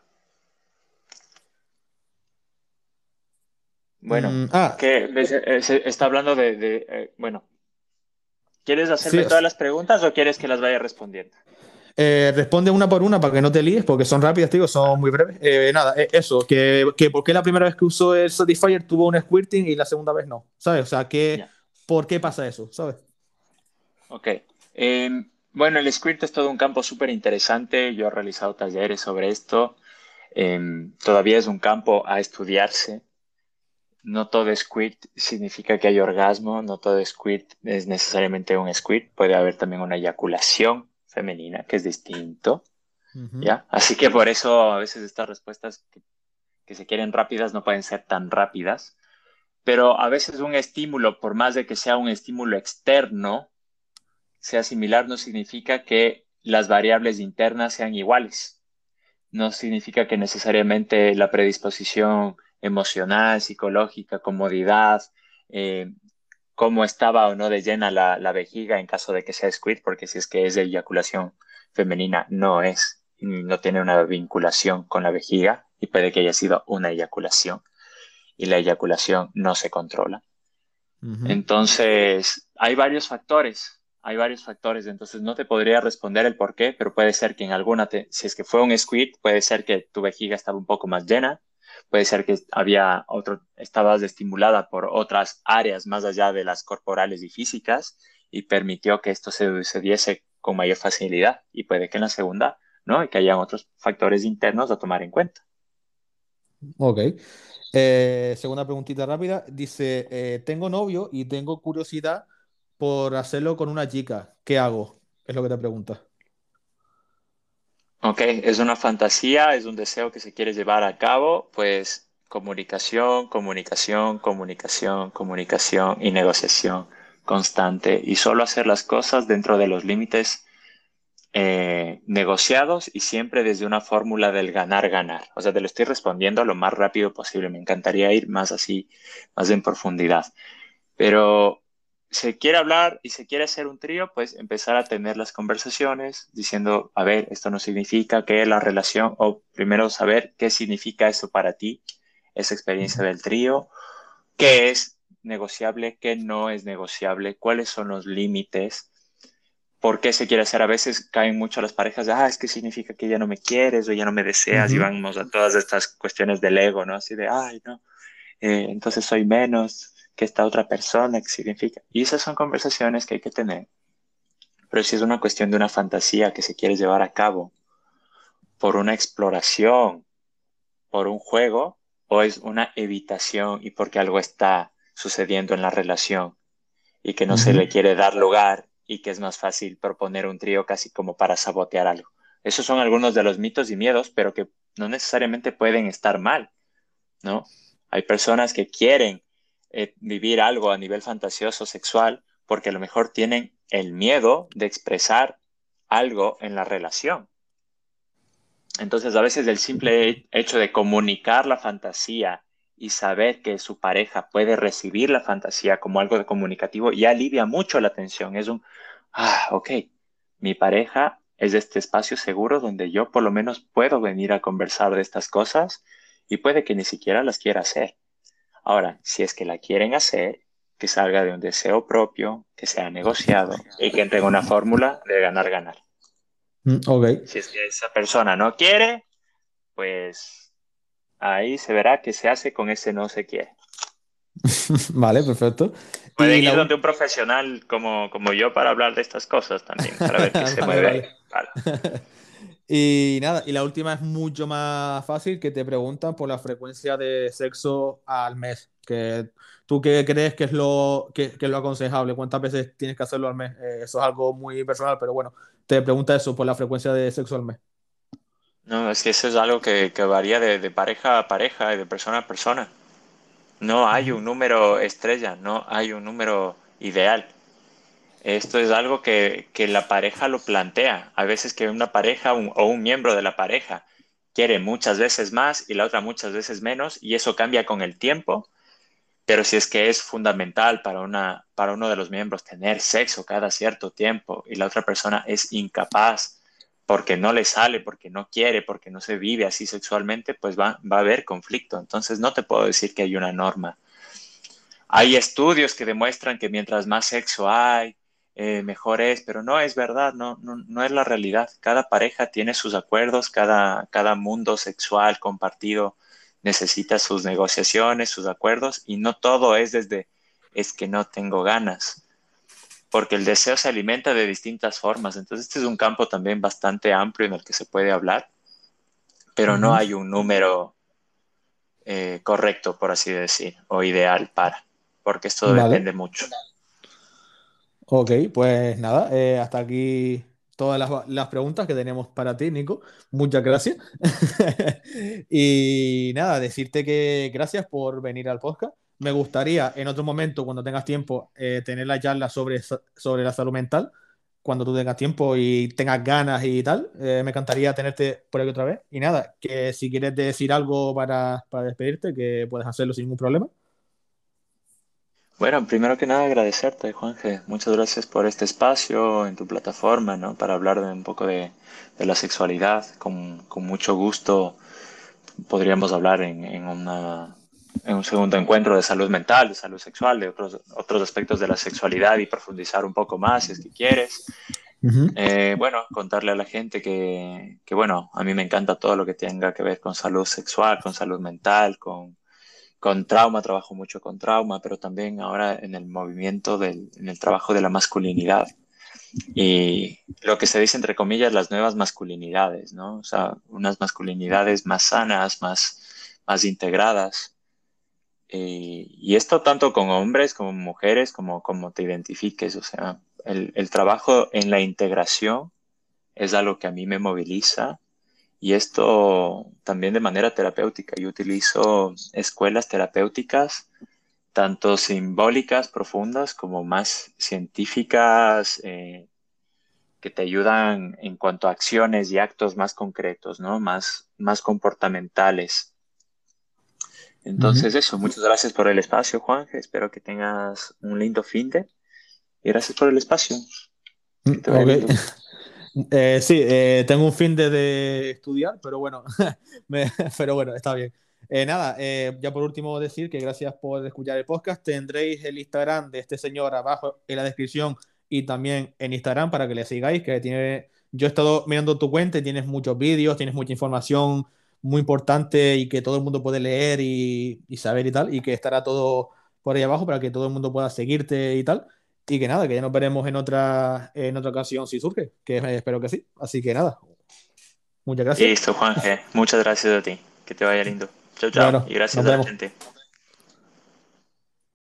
Bueno, Mm, ah, que está hablando bueno, ¿Quieres Sí, hacerme todas las preguntas o quieres que las vaya respondiendo? responde una por una para que no te líes, porque son rápidas, tío, son muy breves. Nada, eso, que por qué la primera vez que usó el Satisfyer tuvo un squirting y la segunda vez no, ¿sabes? O sea, Ya. ¿por qué pasa eso, ¿sabes? Ok. Bueno, el script es todo un campo súper interesante. Yo he realizado talleres sobre esto. Todavía es un campo a estudiarse. No todo squirt significa que hay orgasmo. No todo squirt es necesariamente un squirt. Puede haber también una eyaculación femenina, que es distinto. Ujú. ¿Ya? Así que por eso a veces estas respuestas que se quieren rápidas no pueden ser tan rápidas. Pero a veces un estímulo, por más de que sea un estímulo externo, sea similar no significa que las variables internas sean iguales. No significa que necesariamente la predisposición emocional, psicológica, comodidad, eh, cómo estaba o no de llena la vejiga en caso de que sea squirt, porque si es que es de eyaculación femenina, no es, no tiene una vinculación con la vejiga y puede que haya sido una eyaculación y la eyaculación no se controla. Ujú. Entonces, hay varios factores, entonces no te podría responder el por qué, pero puede ser que en alguna, si es que fue un squid, puede ser que tu vejiga estaba un poco más llena, puede ser que estabas estimulada por otras áreas más allá de las corporales y físicas y permitió que esto se diese con mayor facilidad y puede que en la segunda, ¿no? Y que hayan otros factores internos a tomar en cuenta. Ok. Segunda preguntita rápida. Dice, tengo novio y tengo curiosidad por hacerlo con una chica. ¿Qué hago? Es lo que te pregunta. Ok, es una fantasía, es un deseo que se quiere llevar a cabo, pues comunicación, comunicación, comunicación, comunicación y negociación constante y solo hacer las cosas dentro de los límites negociados y siempre desde una fórmula del ganar-ganar. O sea, te lo estoy respondiendo lo más rápido posible. Me encantaría ir más así, más en profundidad. Pero se quiere hablar y se quiere hacer un trío, pues empezar a tener las conversaciones diciendo, a ver, esto no significa que la relación, o primero saber qué significa eso para ti, esa experiencia Ujú. del trío, qué es negociable, qué no es negociable, cuáles son los límites, por qué se quiere hacer. A veces caen mucho las parejas de, es que significa que ya no me quieres o ya no me deseas y Ujú. vamos a todas estas cuestiones del ego, ¿no? Así de, ay, no entonces soy menos que esta otra persona, ¿qué significa? Y esas son conversaciones que hay que tener. Pero si es una cuestión de una fantasía que se quiere llevar a cabo por una exploración, por un juego, o es una evitación y porque algo está sucediendo en la relación y que no se Ujú. le quiere dar lugar y que es más fácil proponer un trío casi como para sabotear algo. Esos son algunos de los mitos y miedos, pero que no necesariamente pueden estar mal, ¿no? Hay personas que quieren vivir algo a nivel fantasioso sexual porque a lo mejor tienen el miedo de expresar algo en la relación. Entonces, a veces el simple hecho de comunicar la fantasía y saber que su pareja puede recibir la fantasía como algo de comunicativo ya alivia mucho la tensión. Es ok, mi pareja es este espacio seguro donde yo por lo menos puedo venir a conversar de estas cosas y puede que ni siquiera las quiera hacer. Ahora, si es que la quieren hacer, que salga de un deseo propio, que sea negociado y que entre en una fórmula de ganar-ganar. Ok. Si es que esa persona no quiere, pues ahí se verá qué se hace con ese no se quiere. Vale, perfecto. Y Pueden ir la donde última. un profesional como yo para hablar de estas cosas también, para ver qué se Vale, mueve ahí. vale. Vale. Y nada, y la última es mucho más fácil, que te preguntan por la frecuencia de sexo al mes. Que ¿tú qué crees que es que es lo aconsejable? ¿Cuántas veces tienes que hacerlo al mes? Eso es algo muy personal, pero bueno, te pregunta eso por la frecuencia de sexo al mes. No, es que eso es algo que varía de pareja a pareja y de persona a persona. No hay Ujú. un número estrella, no hay un número ideal. Esto es algo que la pareja lo plantea. A veces que una pareja o un miembro de la pareja quiere muchas veces más y la otra muchas veces menos y eso cambia con el tiempo, pero si es que es fundamental para uno de los miembros tener sexo cada cierto tiempo y la otra persona es incapaz porque no le sale, porque no quiere, porque no se vive así sexualmente, pues va a haber conflicto. Entonces no te puedo decir que hay una norma. Hay estudios que demuestran que mientras más sexo hay, mejor es, pero no es verdad, no es la realidad. Cada pareja tiene sus acuerdos, cada mundo sexual compartido necesita sus negociaciones, sus acuerdos, y no todo es desde es que no tengo ganas, porque el deseo se alimenta de distintas formas. Entonces, este es un campo también bastante amplio en el que se puede hablar, pero no Ujú. hay un número correcto, por así decir, o ideal para, porque esto Vale. depende mucho. Ok, pues nada, hasta aquí todas las preguntas que tenemos para ti, Nico. Muchas gracias. Y nada, decirte que gracias por venir al podcast. Me gustaría en otro momento, cuando tengas tiempo, tener la charla sobre la salud mental, cuando tú tengas tiempo y tengas ganas y tal. Me encantaría tenerte por aquí otra vez. Y nada, que si quieres decir algo para despedirte, que puedes hacerlo sin ningún problema. Bueno, primero que nada agradecerte, Juanje. Muchas gracias por este espacio en tu plataforma, ¿no? Para hablar de un poco de la sexualidad. Con mucho gusto podríamos hablar en un segundo encuentro de salud mental, de salud sexual, de otros aspectos de la sexualidad y profundizar un poco más si es que quieres. Ujú, Bueno, contarle a la gente bueno, a mí me encanta todo lo que tenga que ver con salud sexual, con salud mental, con trauma, trabajo mucho con trauma, pero también ahora en el movimiento en el trabajo de la masculinidad y lo que se dice entre comillas las nuevas masculinidades, ¿no? O sea, unas masculinidades más sanas, más integradas. Y esto tanto con hombres como mujeres, como te identifiques, o sea, el trabajo en la integración es algo que a mí me moviliza y esto también de manera terapéutica. Yo utilizo escuelas terapéuticas tanto simbólicas profundas como más científicas, que te ayudan en cuanto a acciones y actos más concretos, ¿no? Más comportamentales. ujú. Entonces eso, muchas gracias por el espacio, Juan. Espero que tengas un lindo fin de y gracias por el espacio. Que te vaya Ok. lindo. Sí, tengo un fin de estudiar, pero bueno, pero bueno, está bien. Nada, ya por último decir que gracias por escuchar el podcast. Tendréis el Instagram de este señor abajo en la descripción y también en Instagram para que le sigáis, que tiene, yo he estado mirando tu cuenta y tienes muchos vídeos, tienes mucha información muy importante y que todo el mundo puede leer y saber y tal, y que estará todo por ahí abajo para que todo el mundo pueda seguirte y tal. Y que nada, que ya nos veremos en otra ocasión si surge, que espero que sí. Así que nada, muchas gracias. Listo, Juanje. Muchas gracias a ti. Que te vaya lindo. Chao, chao. Bueno, Y gracias nos a la vemos. gente.